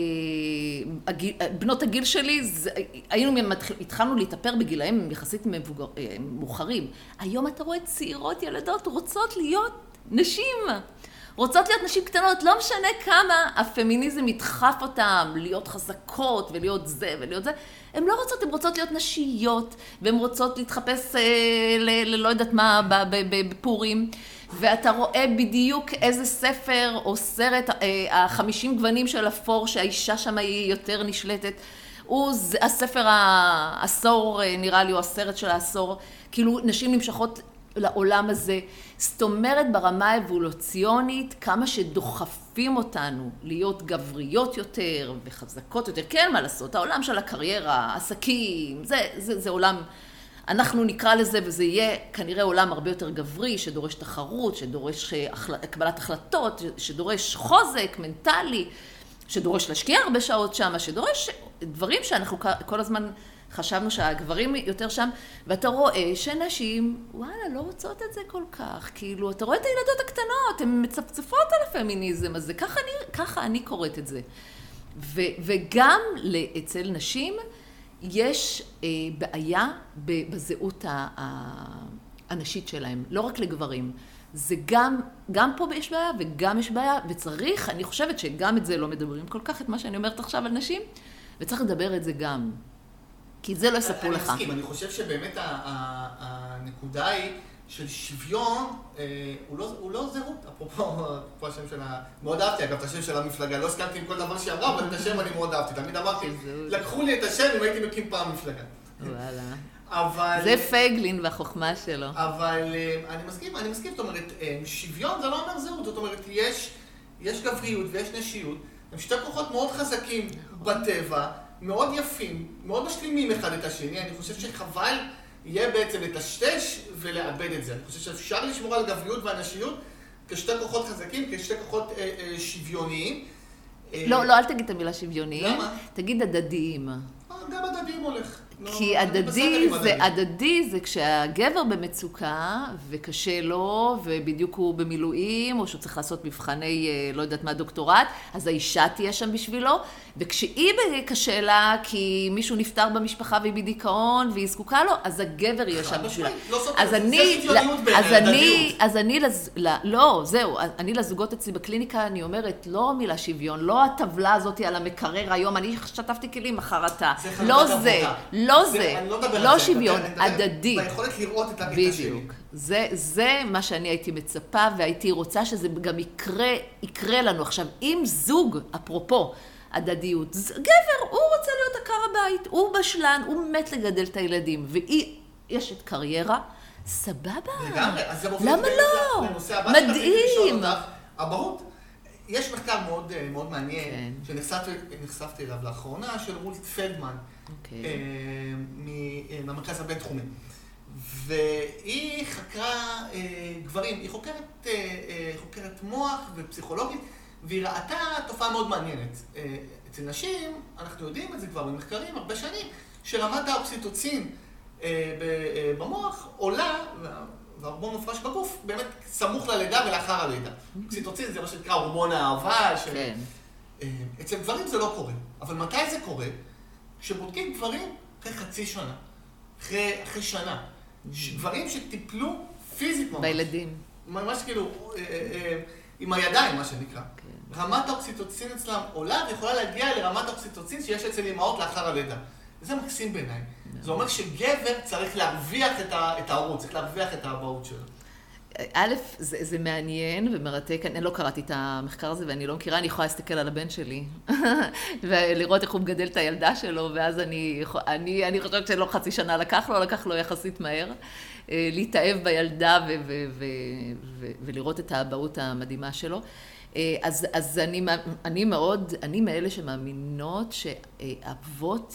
בנות הגיל שלי, היינו, התחלנו להתאפר בגילאים יחסית מאוחרים. היום אתה רואה צעירות, ילדות, רוצות להיות נשים. רוצות להיות נשים קטנות, לא משנה כמה הפמיניזם ידחף אותם להיות חזקות ולהיות זה ולהיות זה. הן לא רוצות, הן רוצות להיות נשיות, והן רוצות להתחפש ללא יודעת מה בפורים. ואתה רואה בדיוק איזה ספר או סרט, החמישים גוונים של אפור, שהאישה שם היא יותר נשלטת. הוא הספר העשור, נראה לי, או הסרט של העשור. כאילו נשים נמשכות לעולם הזה. זאת אומרת ברמה האבולוציונית, כמה שדוחפים אותנו להיות גבריות יותר וחזקות יותר. כן, מה לעשות? העולם של הקריירה, עסקים, זה, זה, זה עולם, אנחנו נקרא לזה, וזה יהיה כנראה עולם הרבה יותר גברי, שדורש תחרות, שדורש קבלת החלטות, שדורש חוזק מנטלי, שדורש להשקיע הרבה שעות שם, שדורש דברים שאנחנו כל הזמן חשבנו שהגברים יותר שם, ואתה רואה שנשים, וואלה, לא רוצות את זה כל כך. כאילו, אתה רואה את הילדות הקטנות, הן מצפצפות על הפמיניזם הזה, ככה אני, ככה אני קוראת את זה. ו, וגם אצל נשים, יש אה, בעיה בזהות הנשית שלהם, לא רק לגברים. זה גם, גם פה יש בעיה וגם יש בעיה, וצריך, אני חושבת שגם את זה לא מדברים כל כך, את מה שאני אומרת עכשיו על נשים, וצריך לדבר את זה גם. כי זה לא יספרו לך. אני מסכים, אני חושב שבאמת הנקודה היא של שוויון, הוא לא זהות, אפרופו השם שלה, מאוד אהבתי, אגב, את השם של המפלגה, לא הסכמתי עם כל דבר שהיא אמרה, אבל את השם אני מאוד אהבתי, תמיד אמרתי, לקחו לי את השם אם הייתי מקים פעם מפלגה. וואלה. אבל... זה פייגלין והחוכמה שלו. אבל אני מסכים, אני מסכים, זאת אומרת, שוויון זה לא אומר זהות, זאת אומרת, יש, יש גבריות ויש נשיות, הם שתי כוחות מאוד חזקים בטבע, מאוד יפים, מאוד משלימים אחד את השני, אני חושב שחבל יהיה בעצם לטשטש ולאבד את זה. אני חושב שאפשר לשמור על גבריות והנשיות כשתי כוחות חזקים, כשתי כוחות אה, אה, שוויוניים. לא, לא, אל תגיד את המילה שוויוניים. למה? תגיד הדדיים. גם הדדיים הולך. כי הדדי זה, הדדי זה כשהגבר במצוקה וקשה לו ובדיוק הוא במילואים או שהוא צריך לעשות מבחני לא יודעת מה דוקטורט, אז האישה תהיה שם בשבילו, וכשהיא קשה לה כי מישהו נפטר במשפחה והיא בדיכאון והיא זקוקה לו, אז הגבר יהיה שם בשבילה. אז אני, אז אני, אז אני, לא, זהו, אני לזוגות אצלי בקליניקה אני אומרת לא מילה שוויון, לא הטבלה הזאת על המקרר היום, אני שטפתי כלים מחר אתה, לא זה. לא זה, לא שוויון, הדדי. ביכולת לראות את השני. בדיוק. זה מה שאני הייתי מצפה, והייתי רוצה שזה גם יקרה לנו. עכשיו, אם זוג, אפרופו הדדיות, גבר, הוא רוצה להיות עקר הבית, הוא בשלן, הוא מת לגדל את הילדים, והיא, יש את קריירה, סבבה. לגמרי, אז זה מוביל למה לא? מדהים. אבהות. יש מחקר מאוד, מאוד מעניין, שנחשפתי אליו לאחרונה, של רולט פלדמן, מהמרכז הבינתחומי. והיא חקרה גברים, היא חוקרת, חוקרת מוח ופסיכולוגית, והיא ראתה תופעה מאוד מעניינת. אצל נשים, אנחנו יודעים את זה כבר במחקרים הרבה שנים, שרמת האוקסיטוצין במוח עולה, וההורמון מופרש בגוף, באמת סמוך ללידה ולאחר הלידה. אוקסיטוצין זה מה שנקרא הורמון האהבה. כן. אצל גברים זה לא קורה. אבל מתי זה קורה? כשבודקים גברים אחרי חצי שנה, אחרי, אחרי שנה. גברים שטיפלו פיזית ממש. בילדים. ממש כאילו, עם הידיים, מה שנקרא. כן. רמת האוקסיטוצין אצלם עולה ויכולה להגיע לרמת האוקסיטוצין שיש אצל אמהות לאחר הלידה. זה מקסים בעיניי. זה אומר שגבר צריך להרוויח את ההורות, צריך להרוויח את האבהות שלו. א', זה, זה מעניין ומרתק, אני לא קראתי את המחקר הזה ואני לא מכירה, אני יכולה להסתכל על הבן שלי ולראות איך הוא מגדל את הילדה שלו, ואז אני, אני, אני חושבת שלא חצי שנה לקח לו, לקח לו יחסית מהר, להתאהב בילדה ו, ו, ו, ו, ולראות את האבהות המדהימה שלו. אז, אז אני, אני מאוד, אני מאלה שמאמינות שאבות,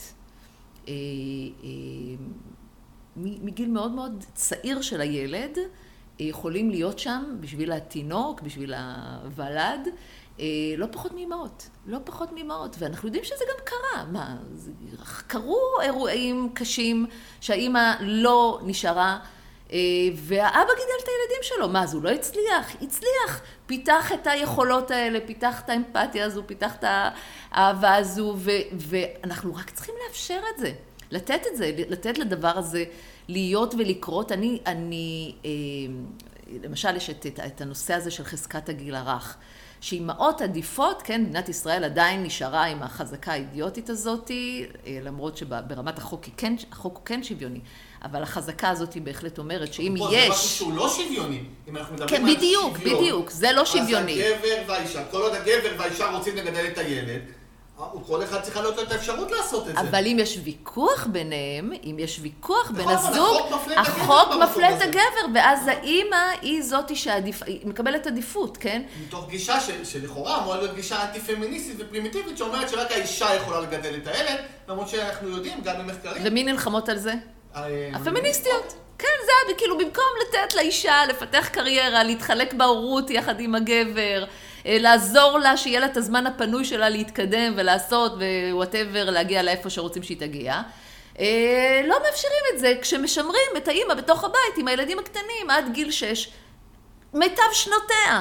מגיל מאוד מאוד צעיר של הילד, יכולים להיות שם בשביל התינוק, בשביל הוולד, לא פחות מאמהות, לא פחות מאמהות, ואנחנו יודעים שזה גם קרה. מה, קרו אירועים קשים שהאימא לא נשארה, והאבא גידל את הילדים שלו. מה, אז הוא לא הצליח? הצליח. פיתח את היכולות האלה, פיתח את האמפתיה הזו, פיתח את האהבה הזו, ו- ואנחנו רק צריכים לאפשר את זה, לתת את זה, לתת לדבר הזה להיות ולקרות. אני, אני, למשל, יש את, את הנושא הזה של חזקת הגיל הרך, שאימהות עדיפות, כן, מדינת ישראל עדיין נשארה עם החזקה האידיוטית הזאת, למרות שברמת החוק, כן, החוק הוא כן שוויוני, אבל החזקה הזאת היא בהחלט אומרת שאם יש... זה משהו שהוא לא שוויוני, אם אנחנו מדברים כן, על בדיוק, שוויון. בדיוק, זה לא שוויוני. אז הגבר והאישה, כל עוד הגבר והאישה רוצים לגדל את הילד, כל אחד צריכה להיות לו את האפשרות לעשות את זה. אבל אם יש ויכוח ביניהם, אם יש ויכוח בין נכון, הזוג, החוק מפלה את הגבר, ואז האמא היא זאת שמקבלת עדיפות, כן? מתוך גישה שלכאורה אמורה להיות גישה אנטי-פמיניסטית ופרימיטיבית, שאומרת שרק האישה יכולה לגדל את הילד, למרות שאנחנו יודעים, גם במחקרים. ומי נלחמות על זה? הפמיניסטיות. כן, זה כאילו במקום לתת לאישה לפתח קריירה, להתחלק בהורות יחד עם הגבר, לעזור לה שיהיה לה את הזמן הפנוי שלה להתקדם ולעשות ווואטאבר, להגיע לאיפה שרוצים שהיא תגיע. לא מאפשרים את זה כשמשמרים את האמא בתוך הבית עם הילדים הקטנים עד גיל שש, מיטב שנותיה.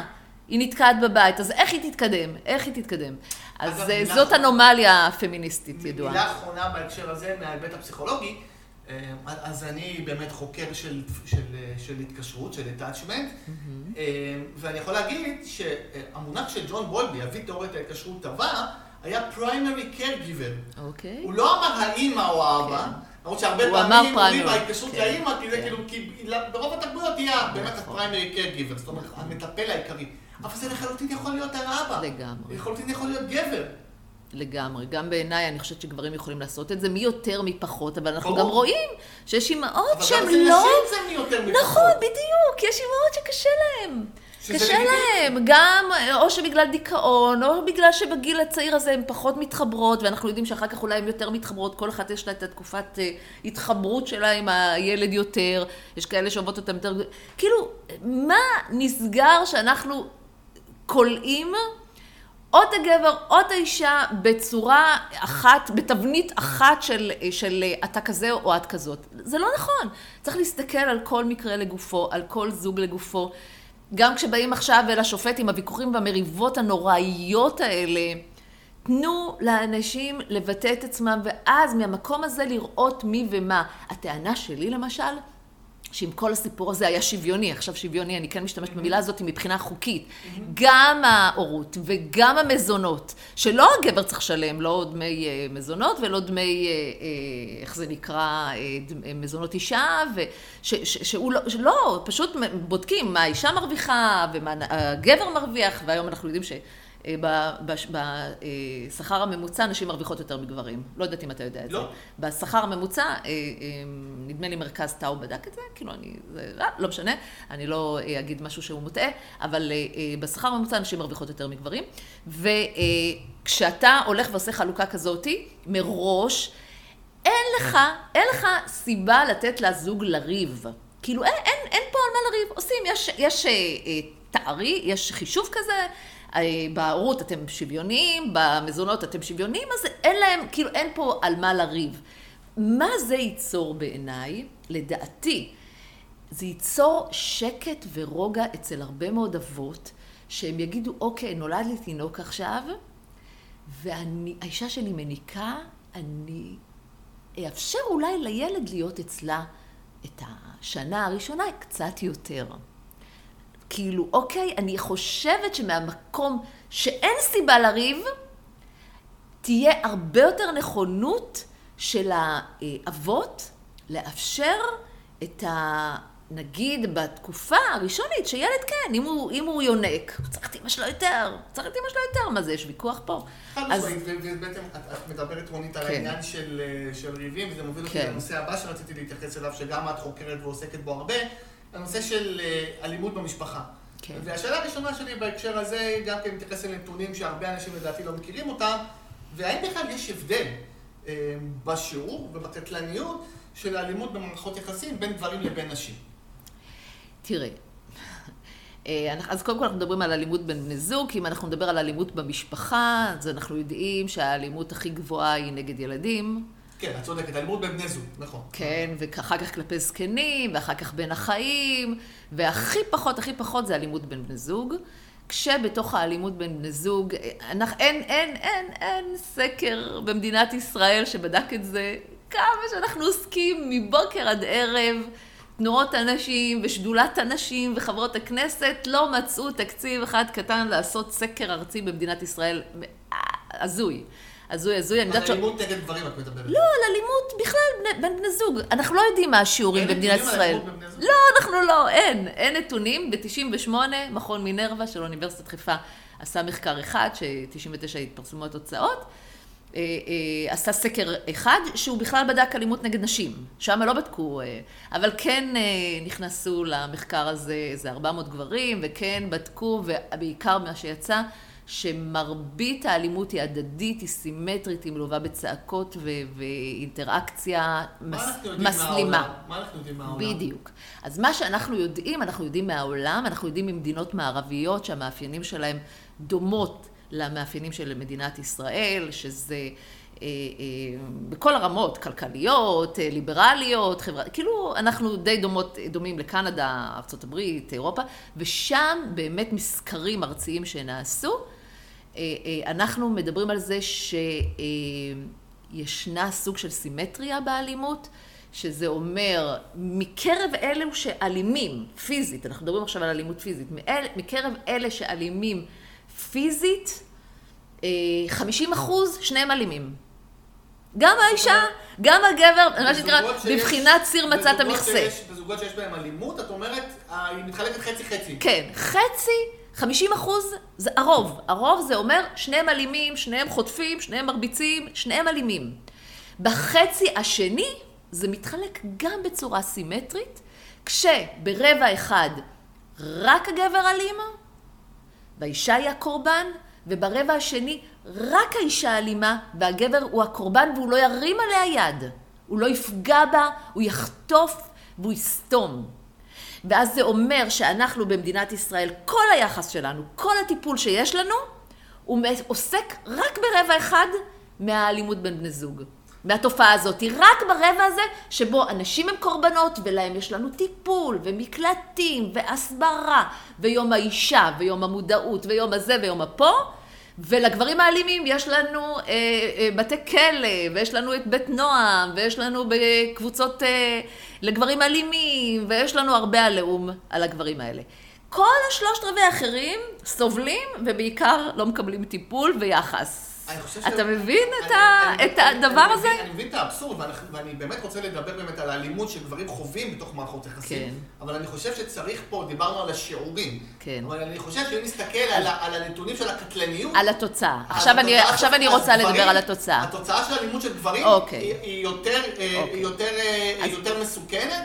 היא נתקעת בבית, אז איך היא תתקדם? איך היא תתקדם? אז אגב, זה, מילה זאת אחרונה- אנומליה פמיניסטית ידועה. מילה אחרונה בהקשר הזה, מההיבט הפסיכולוגי, אה, אז אני באמת חוקר של, של, של התקשרות, של attachment, אה, ואני יכול להגיד שהמונח של ג'ון בולבי, אבי תיאוריית ההתקשרות טבע, היה primary caregiver. אוקיי. הוא לא אמר האמא או האבא, למרות שהרבה הוא אמר פעמים אומרים primary, ההתקשרות כן, לאמא, כי זה כן. כאילו, כי ברוב התרבויות תהיה באמת נכון. ה-primary caregiver, זאת אומרת, המטפל העיקרי. אבל זה לחלוטין יכול להיות האבא. לגמרי. לחלוטין יכול להיות גבר. לגמרי. גם בעיניי, אני חושבת שגברים יכולים לעשות את זה, מי יותר מי פחות, אבל אנחנו ברור. גם רואים שיש אימהות אבל שהן גם אצל לא... נשים זה מי יותר מפחות. נכון, בדיוק, יש אימהות שקשה להם. שזה קשה לגיטימי. להם, גם או שבגלל דיכאון, או בגלל שבגיל הצעיר הזה הן פחות מתחברות, ואנחנו יודעים שאחר כך אולי הן יותר מתחברות, כל אחת יש לה את התקופת אה, התחברות שלה עם הילד יותר, יש כאלה שאוהבות אותם יותר... כאילו, מה נסגר שאנחנו קולעים או את הגבר או את האישה בצורה אחת, בתבנית אחת של, של אתה כזה או את כזאת? זה לא נכון. צריך להסתכל על כל מקרה לגופו, על כל זוג לגופו. גם כשבאים עכשיו אל השופט עם הוויכוחים והמריבות הנוראיות האלה, תנו לאנשים לבטא את עצמם, ואז מהמקום הזה לראות מי ומה. הטענה שלי למשל, שאם כל הסיפור הזה היה שוויוני, עכשיו שוויוני, אני כן משתמשת במילה הזאת מבחינה חוקית, גם ההורות וגם המזונות, שלא הגבר צריך לשלם, לא דמי מזונות ולא דמי, איך זה נקרא, מזונות אישה, שהוא לא, שלא, פשוט בודקים מה האישה מרוויחה ומה הגבר מרוויח, והיום אנחנו יודעים ש... בשכר הממוצע נשים מרוויחות יותר מגברים. לא יודעת אם אתה יודע את זה. לא. בשכר הממוצע, נדמה לי מרכז טאו בדק את זה, כאילו אני, זה, לא, לא משנה, אני לא אגיד משהו שהוא מוטעה, אבל בשכר הממוצע נשים מרוויחות יותר מגברים, וכשאתה הולך ועושה חלוקה כזאת, מראש, אין לך, אין לך סיבה לתת לזוג לריב. כאילו אין, אין, אין פה על מה לריב. עושים, יש, יש תארי, יש חישוב כזה, בהורות אתם שוויוניים, במזונות אתם שוויוניים, אז אין להם, כאילו אין פה על מה לריב. מה זה ייצור בעיניי? לדעתי, זה ייצור שקט ורוגע אצל הרבה מאוד אבות, שהם יגידו, אוקיי, נולד לי תינוק עכשיו, והאישה שלי מניקה, אני אאפשר אולי לילד להיות אצלה את השנה הראשונה קצת יותר. כאילו, אוקיי, אני חושבת שמהמקום שאין סיבה לריב, תהיה הרבה יותר נכונות של האבות לאפשר את ה... נגיד בתקופה הראשונית, שילד כן, אם הוא, אם הוא יונק, צריך את אמא שלו יותר, צריך את אמא שלו יותר, מה זה, יש ויכוח פה. חד אז- משמעית, ובעצם את את מדברת רונית על כן. העניין של של ריבים, וזה מוביל אותי כן. לנושא הבא שרציתי להתייחס אליו, שגם את חוקרת ועוסקת בו הרבה, הנושא של אה, אלימות במשפחה. כן. והשאלה הראשונה שלי בהקשר הזה, גם כן מתייחס לנתונים שהרבה אנשים לדעתי לא מכירים אותם, והאם בכלל יש הבדל אה, בשיעור ובקטלניות של האלימות במערכות יחסים בין גברים לבין נשים? תראה, אז קודם כל אנחנו מדברים על אלימות בין בני זוג, כי אם אנחנו נדבר על אלימות במשפחה, אז אנחנו יודעים שהאלימות הכי גבוהה היא נגד ילדים. כן, את צודקת, אלימות בין בני זוג, נכון. כן, ואחר כך כלפי זקנים, ואחר כך בין החיים, והכי פחות, הכי פחות זה אלימות בין בני זוג. כשבתוך האלימות בין בני זוג, אנחנו, אין, אין, אין, אין סקר במדינת ישראל שבדק את זה, כמה שאנחנו עוסקים מבוקר עד ערב, תנועות הנשים ושדולת הנשים וחברות הכנסת לא מצאו תקציב אחד קטן לעשות סקר ארצי במדינת ישראל. הזוי. הזוי, הזוי. אני על יודעת ש... אלימות נגד גברים את מדברת. לא, על אלימות בכלל בני- בין בני זוג. אנחנו לא יודעים מה השיעורים אין במדינת נתונים על ישראל. אלימות בין בני זוג? לא, אנחנו לא, אין. אין נתונים. ב-תשעים ושמונה, מכון מינרווה של אוניברסיטת חיפה עשה מחקר אחד, ש-תשעים ותשע התפרסמו התוצאות, אה, אה, עשה סקר אחד, שהוא בכלל בדק אלימות נגד נשים. שם לא בדקו, אה, אבל כן אה, נכנסו למחקר הזה איזה ארבע מאות גברים, וכן בדקו, ובעיקר מה שיצא, שמרבית האלימות היא הדדית, היא סימטרית, היא מלווה בצעקות ו- ואינטראקציה מה מס- אנחנו יודעים מסלימה. מהעולם? מה אנחנו יודעים מהעולם? בדיוק. אז מה שאנחנו יודעים, אנחנו יודעים מהעולם, אנחנו יודעים ממדינות מערביות שהמאפיינים שלהם דומות למאפיינים של מדינת ישראל, שזה בכל הרמות, כלכליות, ליברליות, חברה, כאילו אנחנו די דומות, דומים לקנדה, ארצות הברית, אירופה, ושם באמת מסקרים ארציים שנעשו. אנחנו מדברים על זה שישנה סוג של סימטריה באלימות, שזה אומר, מקרב אלו שאלימים פיזית, אנחנו מדברים עכשיו על אלימות פיזית, מקרב אלה שאלימים פיזית, חמישים אחוז שניהם אלימים. גם האישה, גם הגבר, מה שנקרא, בבחינת סיר מצאת המכסה. בזוגות שיש בהם אלימות, את אומרת, היא מתחלקת חצי-חצי. כן, חצי, חמישים אחוז זה הרוב. הרוב זה אומר, שניהם אלימים, שניהם חוטפים, שניהם מרביצים, שניהם אלימים. בחצי השני, זה מתחלק גם בצורה סימטרית, כשברבע אחד רק הגבר אלים, והאישה היא הקורבן, וברבע השני רק האישה אלימה, והגבר הוא הקורבן, והוא לא ירים עליה יד. הוא לא יפגע בה, הוא יחטוף והוא יסתום. ואז זה אומר שאנחנו במדינת ישראל, כל היחס שלנו, כל הטיפול שיש לנו, הוא עוסק רק ברבע אחד מהאלימות בין בני זוג. מהתופעה הזאת, רק ברבע הזה שבו אנשים הם קורבנות ולהם יש לנו טיפול ומקלטים והסברה ויום האישה ויום המודעות ויום הזה ויום הפה, ולגברים האלימים יש לנו אה, אה, בתי כלא ויש לנו את בית נועם ויש לנו בקבוצות אה, לגברים אלימים ויש לנו הרבה הלאום על הגברים האלה. כל השלושת רבעי האחרים סובלים ובעיקר לא מקבלים טיפול ויחס. אתה מבין את הדבר הזה? אני מבין את האבסורד, ואני באמת רוצה לדבר באמת על האלימות שגברים חווים בתוך מערכות יחסים, אבל אני חושב שצריך פה, דיברנו על השיעורים, אבל אני חושב שאם נסתכל על הנתונים של הקטלניות, על התוצאה. עכשיו אני רוצה לדבר על התוצאה. התוצאה של האלימות של גברים היא יותר מסוכנת,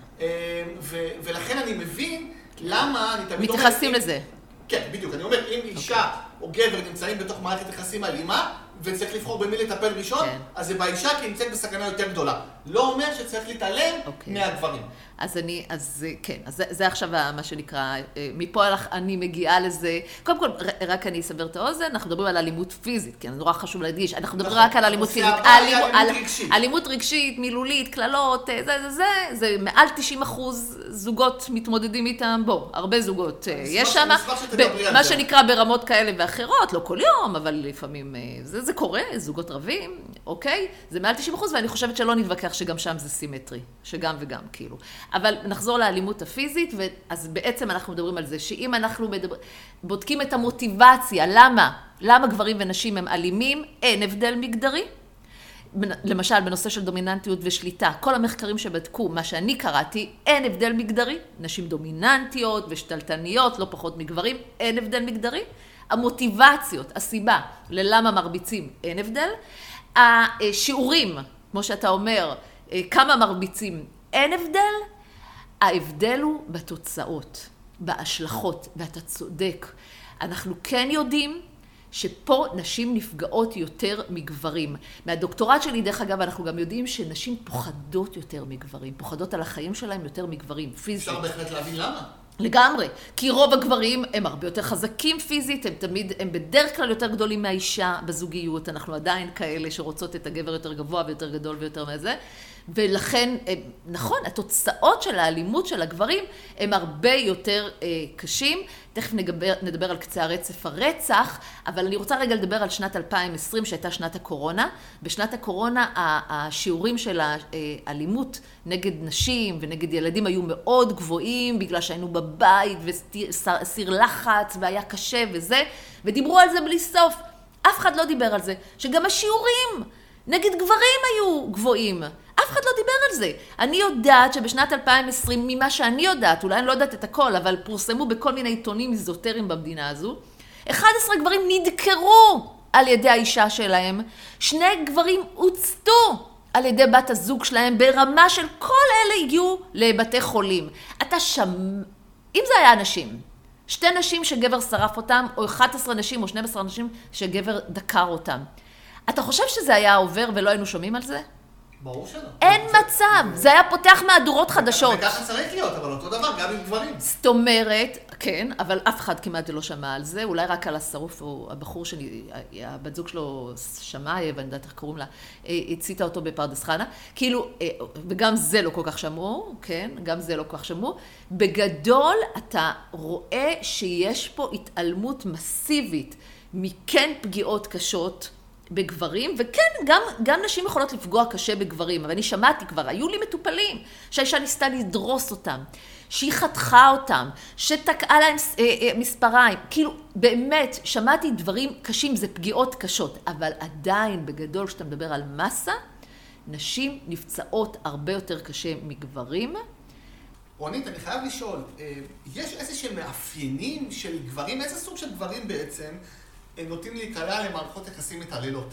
ולכן אני מבין למה אני תמיד אומר... מתייחסים לזה. כן, בדיוק. אני אומר, אם אישה או גבר נמצאים בתוך מערכת יחסים אלימה, וצריך לבחור במי לטפל ראשון, אז זה באישה כי נמצאת בסכנה יותר גדולה. לא אומר שצריך להתעלם מהגברים. אז אני, אז כן, אז זה עכשיו מה שנקרא, מפה אני מגיעה לזה. קודם כל, רק אני אסבר את האוזן, אנחנו מדברים על אלימות פיזית, כן, נורא חשוב להדגיש, אנחנו מדברים רק על אלימות פיזית. אלימות רגשית, מילולית, כללות, זה, זה, זה, זה מעל תשעים אחוז זוגות מתמודדים איתם, בוא, הרבה זוגות יש שם, מה שנקרא ברמות כאלה ואחרות, לא כל יום, אבל לפעמים זה, זה קורה, זוגות רבים, אוקיי? זה מעל תשעים אחוז, ואני חושבת שלא נתווכח שגם שם זה סימטרי, שגם וגם, כאילו. אבל נחזור לאלימות הפיזית, אז בעצם אנחנו מדברים על זה, שאם אנחנו מדבר, בודקים את המוטיבציה, למה? למה גברים ונשים הם אלימים? אין הבדל מגדרי. למשל, בנושא של דומיננטיות ושליטה, כל המחקרים שבדקו, מה שאני קראתי, אין הבדל מגדרי. נשים דומיננטיות ושתלטניות, לא פחות מגברים, אין הבדל מגדרי. המוטיבציות, הסיבה ללמה מרביצים, אין הבדל. השיעורים, כמו שאתה אומר, כמה מרביצים, אין הבדל. ההבדל הוא בתוצאות, בהשלכות, ואתה צודק. אנחנו כן יודעים שפה נשים נפגעות יותר מגברים. מהדוקטורט שלי, דרך אגב, אנחנו גם יודעים שנשים פוחדות יותר מגברים, פוחדות על החיים שלהם יותר מגברים, פיזית. אפשר בהחלט להבין למה. לגמרי, כי רוב הגברים הם הרבה יותר חזקים פיזית, הם תמיד, הם בדרך כלל יותר גדולים מהאישה בזוגיות, אנחנו עדיין כאלה שרוצות את הגבר יותר גבוה ויותר גדול ויותר מזה, ולכן, נכון, התוצאות של האלימות של הגברים הם הרבה יותר אה, קשים. תכף נדבר, נדבר על קצה הרצף הרצח, אבל אני רוצה רגע לדבר על שנת אלפיים ועשרים שהייתה שנת הקורונה. בשנת הקורונה השיעורים של האלימות נגד נשים ונגד ילדים היו מאוד גבוהים, בגלל שהיינו בבית וסיר לחץ והיה קשה וזה, ודיברו על זה בלי סוף. אף אחד לא דיבר על זה, שגם השיעורים נגד גברים היו גבוהים. אף אחד לא דיבר על זה. אני יודעת שבשנת אלפיים ועשרים, ממה שאני יודעת, אולי אני לא יודעת את הכל, אבל פורסמו בכל מיני עיתונים איזוטריים במדינה הזו, אחד עשר גברים נדקרו על ידי האישה שלהם, שני גברים הוצתו על ידי בת הזוג שלהם, ברמה של כל אלה הגיעו לבתי חולים. אתה שם, אם זה היה נשים, שתי נשים שגבר שרף אותם, או אחת עשרה נשים או שתים עשרה נשים שגבר דקר אותם, אתה חושב שזה היה עובר ולא היינו שומעים על זה? ברור שלא. אין מצב, זה היה פותח מהדורות חדשות. וככה צריך להיות, אבל אותו דבר, גם עם גברים. זאת אומרת, כן, אבל אף אחד כמעט לא שמע על זה, אולי רק על השרוף, או הבחור שלי, הבת זוג שלו שמע, ואני יודעת איך קוראים לה, הציתה אותו בפרדס חנה, כאילו, וגם זה לא כל כך שמעו, כן, גם זה לא כל כך שמעו. בגדול, אתה רואה שיש פה התעלמות מסיבית מכן פגיעות קשות, בגברים, וכן, גם, גם נשים יכולות לפגוע קשה בגברים, אבל אני שמעתי כבר, היו לי מטופלים, שהאישה ניסתה לדרוס אותם, שהיא חתכה אותם, שתקעה להם מספריים, כאילו, באמת, שמעתי דברים קשים, זה פגיעות קשות, אבל עדיין, בגדול, כשאתה מדבר על מסה, נשים נפצעות הרבה יותר קשה מגברים. רונית, אני חייב לשאול, יש איזשהם מאפיינים של גברים, איזה סוג של גברים בעצם, נוטים להיקלע למערכות יחסים מתעללות?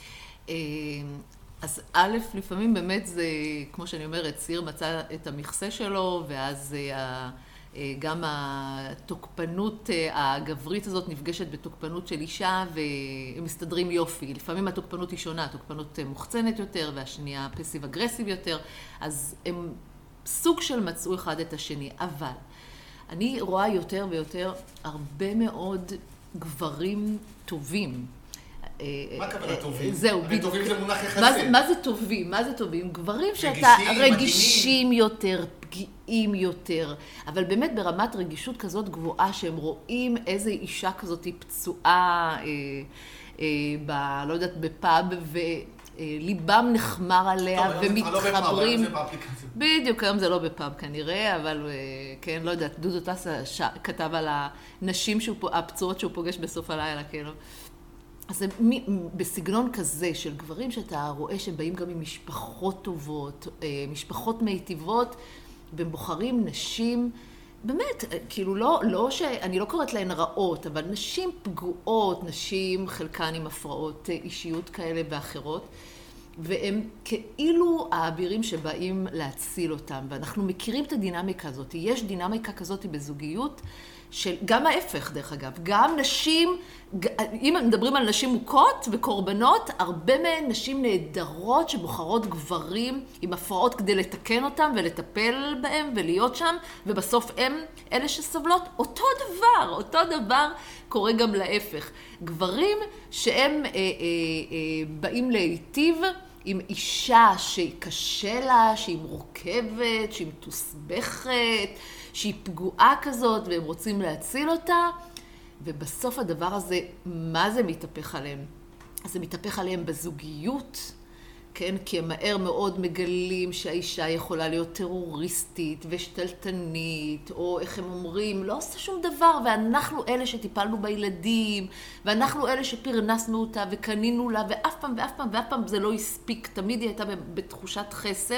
אז א', לפעמים באמת זה, כמו שאני אומרת, סיר מצא את המכסה שלו, ואז גם התוקפנות הגברית הזאת נפגשת בתוקפנות של אישה, והם מסתדרים יופי. לפעמים התוקפנות היא שונה, התוקפנות מוחצנת יותר, והשנייה פסיב אגרסיב יותר, אז הם סוג של מצאו אחד את השני. אבל אני רואה יותר ויותר הרבה מאוד גברים טובים. מה הכוונה טובים? זהו, בדיוק. טובים זה מונח יחסי. מה זה טובים? מה זה טובים? גברים שאתה רגישים יותר, פגיעים יותר, אבל באמת ברמת רגישות כזאת גבוהה שהם רואים איזה אישה כזאת פצועה, ב, לא יודעת, בפאב, וליבם נחמר עליה ומתחברים. בדיוק, היום זה לא בפאב כנראה, אבל כן, לא יודעת, דודו טסה כתב על הנשים הפצועות שהוא פוגש בסוף הלילה, כאילו. אז זה בסגנון כזה של גברים שאתה רואה שבאים גם עם משפחות טובות, משפחות מיטיבות, והם בוחרים נשים, באמת, כאילו לא, לא ש... אני לא קוראת להן רעות, אבל נשים פגועות, נשים חלקן עם הפרעות אישיות כאלה ואחרות, והם כאילו האבירים שבאים להציל אותם, ואנחנו מכירים את הדינמיקה הזאת. יש דינמיקה כזאת בזוגיות, של, גם ההפך דרך אגב, גם נשים, אם מדברים על נשים מוכות וקורבנות, הרבה מהן נשים נהדרות שבוחרות גברים עם הפרעות כדי לתקן אותם ולטפל בהם ולהיות שם, ובסוף הם אלה שסובלות. אותו דבר, אותו דבר קורה גם להפך. גברים שהם אה, אה, אה, באים להיטיב עם אישה שהיא קשה לה, שהיא מורכבת, שהיא מתוסבכת, שהיא פגועה כזאת, והם רוצים להציל אותה, ובסוף הדבר הזה, מה זה מתהפך עליהם? אז זה מתהפך עליהם בזוגיות, כן? כי הם מהר מאוד מגלים שהאישה יכולה להיות טרוריסטית ושתלטנית, או איך הם אומרים, לא עושה שום דבר, ואנחנו אלה שטיפלנו בילדים, ואנחנו אלה שפרנסנו אותה וקנינו לה, ואף פעם ואף פעם ואף פעם זה לא הספיק, תמיד היא הייתה בתחושת חסר,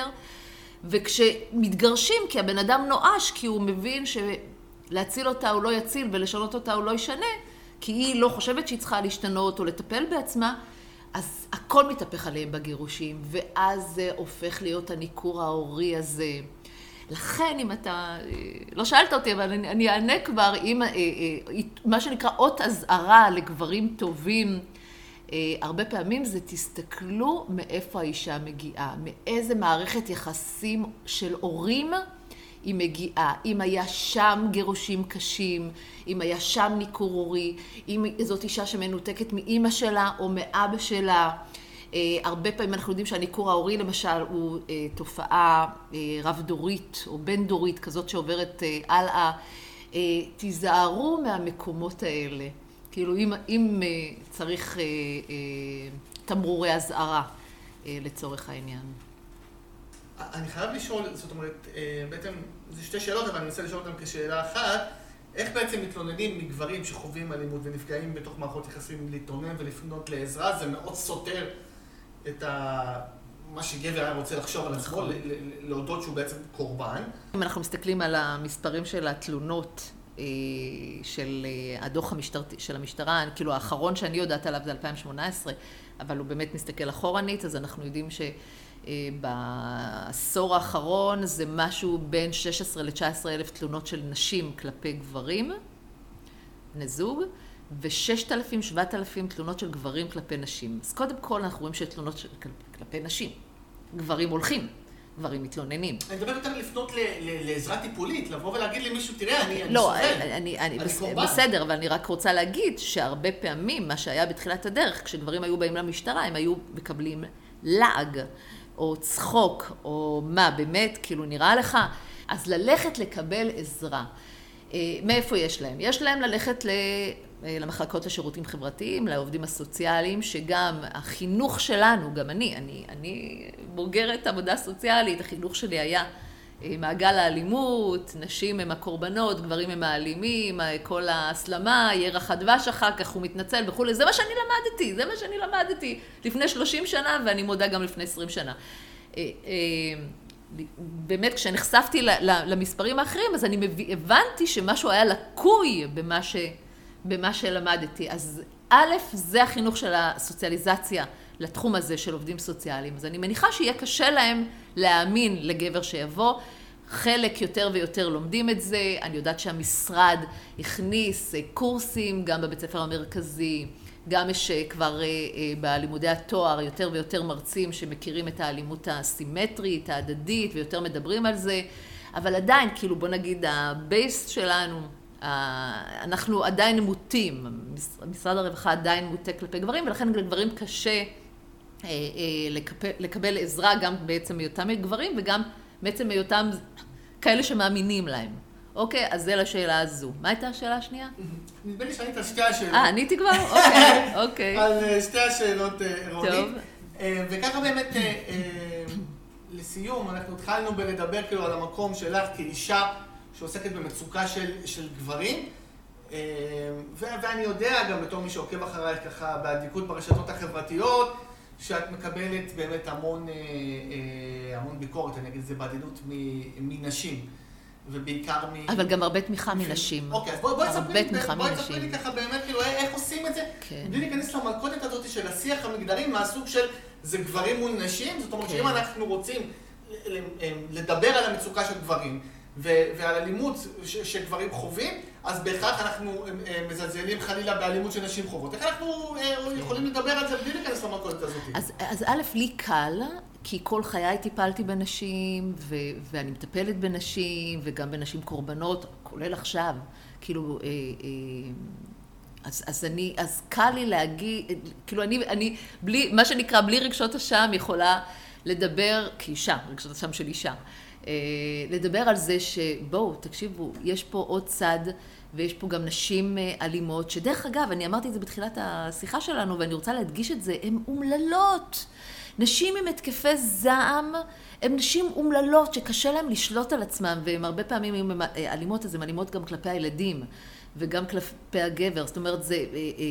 וכשמתגרשים, כי הבן אדם נואש, כי הוא מבין שלהציל אותה הוא לא יציל ולשנות אותה הוא לא ישנה, כי היא לא חושבת שהיא צריכה להשתנות או לטפל בעצמה, אז הכל מתהפך עליהם בגירושים, ואז זה הופך להיות הניכור ההורי הזה. לכן, אם אתה, לא שאלת אותי, אבל אני, אני אענה כבר, אם, מה שנקרא אות אזהרה לגברים טובים, הרבה פעמים זה תסתכלו מאיפה האישה מגיעה, מאיזה מערכת יחסים של הורים היא מגיעה. אם היה שם גירושים קשים, אם היה שם ניכור הורי, אם זאת אישה שמנותקת מאמא שלה או מאבא שלה. הרבה פעמים אנחנו יודעים שהניכור ההורי למשל הוא תופעה רב-דורית או בין-דורית כזאת שעוברת הלאה. תיזהרו מהמקומות האלה. כאילו, אם, אם צריך תמרורי הזהרה לצורך העניין. אני חייב לשאול, זאת אומרת, בעצם, זה שתי שאלות, אבל אני רוצה לשאול אותם כשאלה אחת, איך בעצם מתלוננים מגברים שחווים אלימות ונפגעים בתוך מערכות יחסים להתלונן ולפנות לעזרה? זה מאוד סותר את ה... מה שגבר היה רוצה לחשוב על עצמו, להודות שהוא בעצם קורבן. אם אנחנו מסתכלים על המספרים של התלונות, של הדוח המשטרתי, של המשטרה, כאילו האחרון שאני יודעת עליו זה אלפיים שמונה עשרה, אבל הוא באמת מסתכל אחורנית, אז אנחנו יודעים שבעשור האחרון זה משהו בין שש עשרה ל-תשע עשרה אלף תלונות של נשים כלפי גברים, בני זוג, ו-ששת אלפים שבעת אלפים תלונות של גברים כלפי נשים. אז קודם כל אנחנו רואים שתלונות של, כלפי נשים. גברים הולכים, גברים מתלוננים. אני מדבר יותר לפנות לעזרה טיפולית, לבוא ולהגיד למישהו, תראה, אני סובל. לא, אני בסדר, אבל אני רק רוצה להגיד שהרבה פעמים, מה שהיה בתחילת הדרך, כשגברים היו באים למשטרה, הם היו מקבלים לעג, או צחוק, או מה, באמת, כאילו נראה לך, אז ללכת לקבל עזרה. מאיפה יש להם? יש להם ללכת למחלקות לשירותים חברתיים, לעובדים הסוציאליים, שגם החינוך שלנו, גם אני, אני, אני בוגרת עבודה סוציאלית, החינוך שלי היה מעגל האלימות, נשים הם הקורבנות, גברים הם האלימים, כל ההסלמה, ירח הדבש אחר כך, הוא מתנצל וכו'. זה מה שאני למדתי, זה מה שאני למדתי לפני שלושים שנה, ואני מודה גם לפני עשרים שנה. באמת, כשנחשפתי למספרים האחרים, אז אני הבנתי שמשהו היה לקוי במה, ש, במה שלמדתי. אז א', זה החינוך של הסוציאליזציה לתחום הזה של עובדים סוציאליים. אז אני מניחה שיהיה קשה להם להאמין לגבר שיבוא. חלק יותר ויותר לומדים את זה. אני יודעת שהמשרד הכניס קורסים גם בבית ספר המרכזי. גם יש כבר בלימודי התואר יותר ויותר מרצים שמכירים את האלימות הסימטרית, ההדדית, ויותר מדברים על זה. אבל עדיין, כאילו בוא נגיד, הבייס שלנו, אנחנו עדיין מוטים. משרד הרווחה עדיין מוטה כלפי גברים, ולכן לגברים קשה לקבל עזרה גם בעצם מהיותם גברים, וגם בעצם מהיותם כאלה שמאמינים להם. אוקיי, אז זה לשאלה הזו. מה הייתה השאלה השנייה? נדמה לי שענית על שתי השאלות. אה, עניתי כבר? אוקיי, אוקיי. על שתי השאלות, רונית. טוב. וככה באמת, לסיום, אנחנו התחלנו בלדבר כאילו על המקום שלך כאישה שעוסקת במצוקה של, של גברים. ואני יודע גם בתור מי שעוקב אחרייך ככה בהדיקות ברשתות החברתיות, שאת מקבלת באמת המון, המון ביקורת, אני אגיד את זה בעדינות מנשים. ובעיקר מ... אבל גם הרבה תמיכה מנשים. אוקיי, אז בואי תספרי לי ככה באמת, כאילו, איך עושים את זה? בלי להיכנס למלכודת הזאת של השיח המגדרי מהסוג של זה גברים מול נשים, זאת אומרת שאם אנחנו רוצים לדבר על המצוקה של גברים ועל אלימות שגברים חווים, אז בהכרח אנחנו מזלזלים חלילה באלימות שנשים חוות. איך אנחנו יכולים לדבר על זה בלי להיכנס למלכודת הזאת? אז א', לי קל, כי כל חיי טיפלתי בנשים, ו- ואני מטפלת בנשים, וגם בנשים קורבנות, כולל עכשיו. כאילו, אה, אה, אז, אז אני, אז קל לי להגיד, כאילו אני, אני, בלי, מה שנקרא, בלי רגשות אשם, יכולה לדבר, כאישה, רגשות אשם של אישה, אה, לדבר על זה שבואו, תקשיבו, יש פה עוד צד, ויש פה גם נשים אלימות, שדרך אגב, אני אמרתי את זה בתחילת השיחה שלנו, ואני רוצה להדגיש את זה, הן אומללות. נשים עם התקפי זעם, הן נשים אומללות שקשה להן לשלוט על עצמם, והן הרבה פעמים עם אלימות, אז הן אלימות גם כלפי הילדים, וגם כלפי הגבר. זאת אומרת, זה,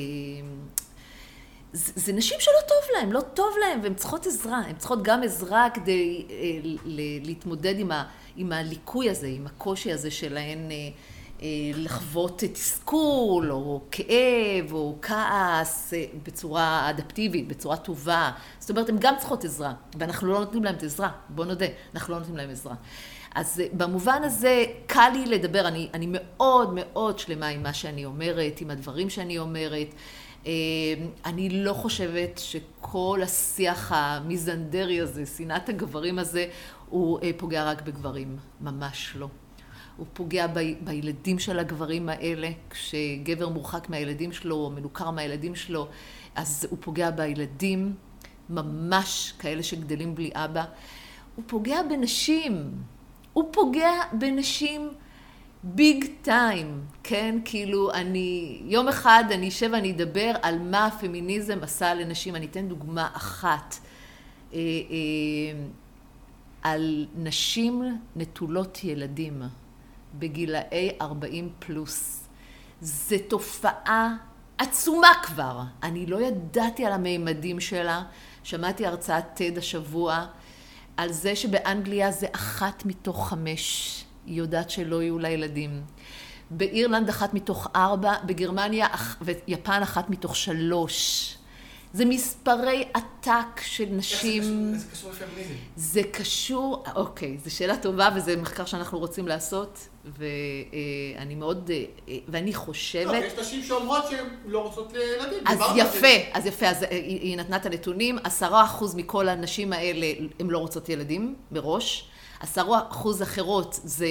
זה, זה נשים שלא טוב להן, לא טוב להן, והן צריכות עזרה. הן צריכות גם עזרה כדי להתמודד עם, ה, עם הליקוי הזה, עם הקושי הזה שלהן, לחוות תסכול, או כאב, או כעס, בצורה אדפטיבית, בצורה טובה. זאת אומרת, הן גם צריכות עזרה, ואנחנו לא נותנים להן את עזרה. בוא נודה, אנחנו לא נותנים להן עזרה. אז במובן הזה, קל לי לדבר, אני, אני מאוד מאוד שלמה עם מה שאני אומרת, עם הדברים שאני אומרת. אני לא חושבת שכל השיח המיזנדרי הזה, שנאת הגברים הזה, הוא פוגע רק בגברים. ממש לא. הוא פוגע ב, בילדים של הגברים האלה, כשגבר מורחק מהילדים שלו, או מנוכר מהילדים שלו, אז הוא פוגע בילדים, ממש כאלה שגדלים בלי אבא. הוא פוגע בנשים, הוא פוגע בנשים ביג טיים, כן? כאילו, אני, יום אחד אני אשב ואני אדבר על מה הפמיניזם עשה לנשים. אני אתן דוגמה אחת. אה, אה, על נשים נטולות ילדים. בגילאי ארבעים פלוס. זו תופעה עצומה כבר. אני לא ידעתי על המימדים שלה. שמעתי הרצאת טד השבוע על זה שבאנגליה זה אחת מתוך חמש. היא יודעת שלא יהיו לה ילדים. באירלנד אחת מתוך ארבע. בגרמניה ויפן אחת מתוך שלוש. זה מספרי עתק של נשים. איך זה קשור לפמיניזם? זה קשור, אוקיי, זו שאלה טובה, וזה מחקר שאנחנו רוצים לעשות, ואני מאוד, ואני חושבת... לא, יש נשים שאומרות שהן לא רוצות לילדים. אז יפה, אז יפה, אז היא נתנה את הנתונים, עשרה אחוז מכל הנשים האלה, הן לא רוצות ילדים, מראש. עשרה אחוז אחרות זה,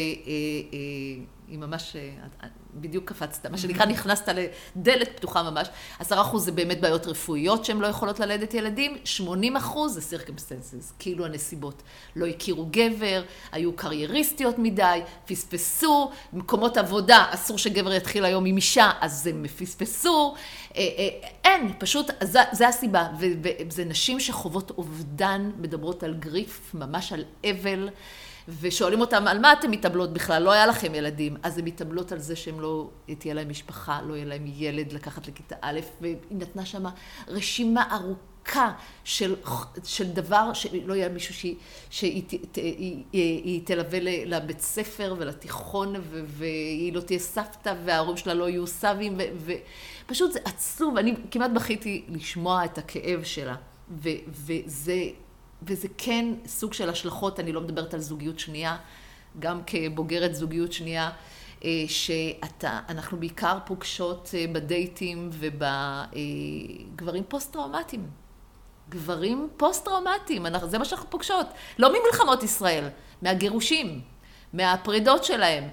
היא ממש, בדיוק קפצת, מה שנקרא נכנסת לדלת פתוחה ממש. עשרה אחוז זה באמת בעיות רפואיות שהן לא יכולות ללדת ילדים, שמונים אחוז זה circumstances, כאילו הנסיבות. לא הכירו גבר, היו קרייריסטיות מדי, פספסו, מקומות עבודה, אסור שגבר יתחיל היום עם אישה, אז הם פספסו. אין, פשוט, זה הסיבה. וזה נשים שחוות אובדן, מדברות על גריף, ממש על אבל, ושואלים אותם, על מה אתם מתאבלות בכלל? לא היה לכם ילדים. אז הן מתאבלות על זה שהם לא, תהיה להם משפחה, לא יהיה להם ילד לקחת לכיתה א', והיא נתנה שם רשימה ארוכה של, של דבר, שלא יהיה מישהו שהיא, שהיא היא, היא תלווה לבית ספר ולתיכון, ו, והיא לא תהיה סבתא, וההורים שלה לא יהיו סבים, ו, ופשוט זה עצוב. אני כמעט בכיתי לשמוע את הכאב שלה, ו, וזה... וזה כן סוג של השלכות, אני לא מדברת על זוגיות שנייה, גם כבוגרת זוגיות שנייה, שאנחנו בעיקר פוגשות בדייטים ובגברים פוסט-טראומטיים. גברים פוסט-טראומטיים, זה מה שאנחנו פוגשות. לא ממלחמות ישראל, מהגירושים, מהפרידות שלהם.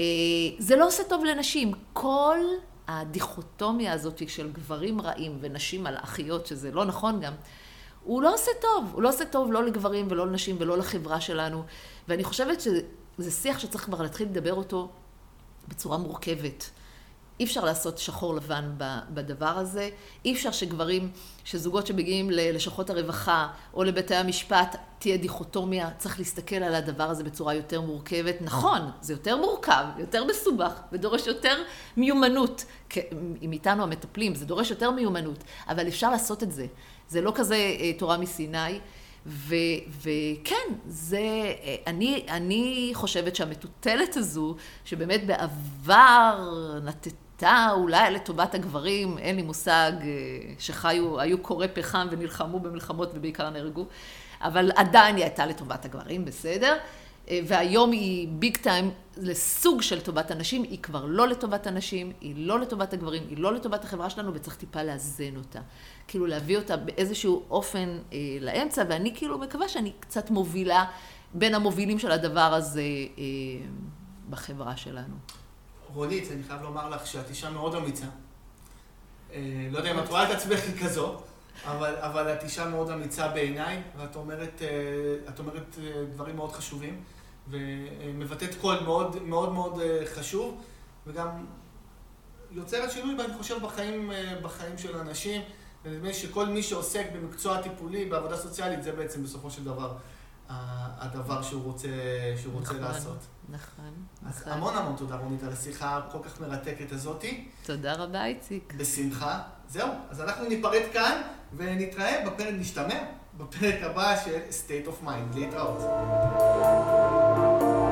זה לא עושה טוב לנשים. כל הדיכוטומיה הזאת של גברים רעים ונשים מלאכיות, שזה לא נכון גם, הוא לא עושה טוב, הוא לא עושה טוב לא לגברים ולא לנשים ולא לחברה שלנו. ואני חושבת שזה שיח שצריך כבר להתחיל לדבר אותו בצורה מורכבת. אי אפשר לעשות שחור לבן בדבר הזה. אי אפשר שגברים, שזוגות שמגיעים ללשכות הרווחה או לבתי המשפט, תהיה דיכוטומיה. צריך להסתכל על הדבר הזה בצורה יותר מורכבת. נכון, זה יותר מורכב, יותר מסובך, ודורש יותר מיומנות. אם איתנו המטפלים, זה דורש יותר מיומנות, אבל אפשר לעשות את זה. זה לא כזה תורה מסיני, ו, וכן, זה, אני, אני חושבת שהמטוטלת הזו, שבאמת בעבר נתתה אולי לטובת הגברים, אין לי מושג שחיו, היו קורי פחם ונלחמו במלחמות ובעיקר נהרגו, אבל עדיין היא הייתה לטובת הגברים, בסדר? והיום היא ביג טיים לסוג של טובת הנשים, היא כבר לא לטובת הנשים, היא לא לטובת הגברים, היא לא לטובת החברה שלנו, וצריך טיפה לאזן אותה. כאילו להביא אותה באיזשהו אופן אה, לאמצע, ואני כאילו מקווה שאני קצת מובילה בין המובילים של הדבר הזה אה, בחברה שלנו. רונית, אני חייב לומר לך שאת אישה מאוד אמיצה. אה, לא יודע אם את רואה את עצמך כזו, אבל, אבל את אישה מאוד אמיצה בעיניי, ואת אומרת, אה, את אומרת אה, דברים מאוד חשובים, ומבטאת קול מאוד מאוד מאוד אה, חשוב, וגם יוצרת שינוי, ואני חושב, בחיים, אה, בחיים של אנשים, ונדמה לי שכל מי שעוסק במקצוע טיפולי, בעבודה סוציאלית, זה בעצם בסופו של דבר הדבר שהוא רוצה, שהוא רוצה נכון, לעשות. נכון, אז נכון. המון המון תודה רונית על השיחה כל כך מרתקת הזאתי. תודה רבה, איציק. בשמחה. זהו, אז אנחנו ניפרד כאן ונתראה בפרק, נשתמע בפרק הבא של State of Mind. להתראות.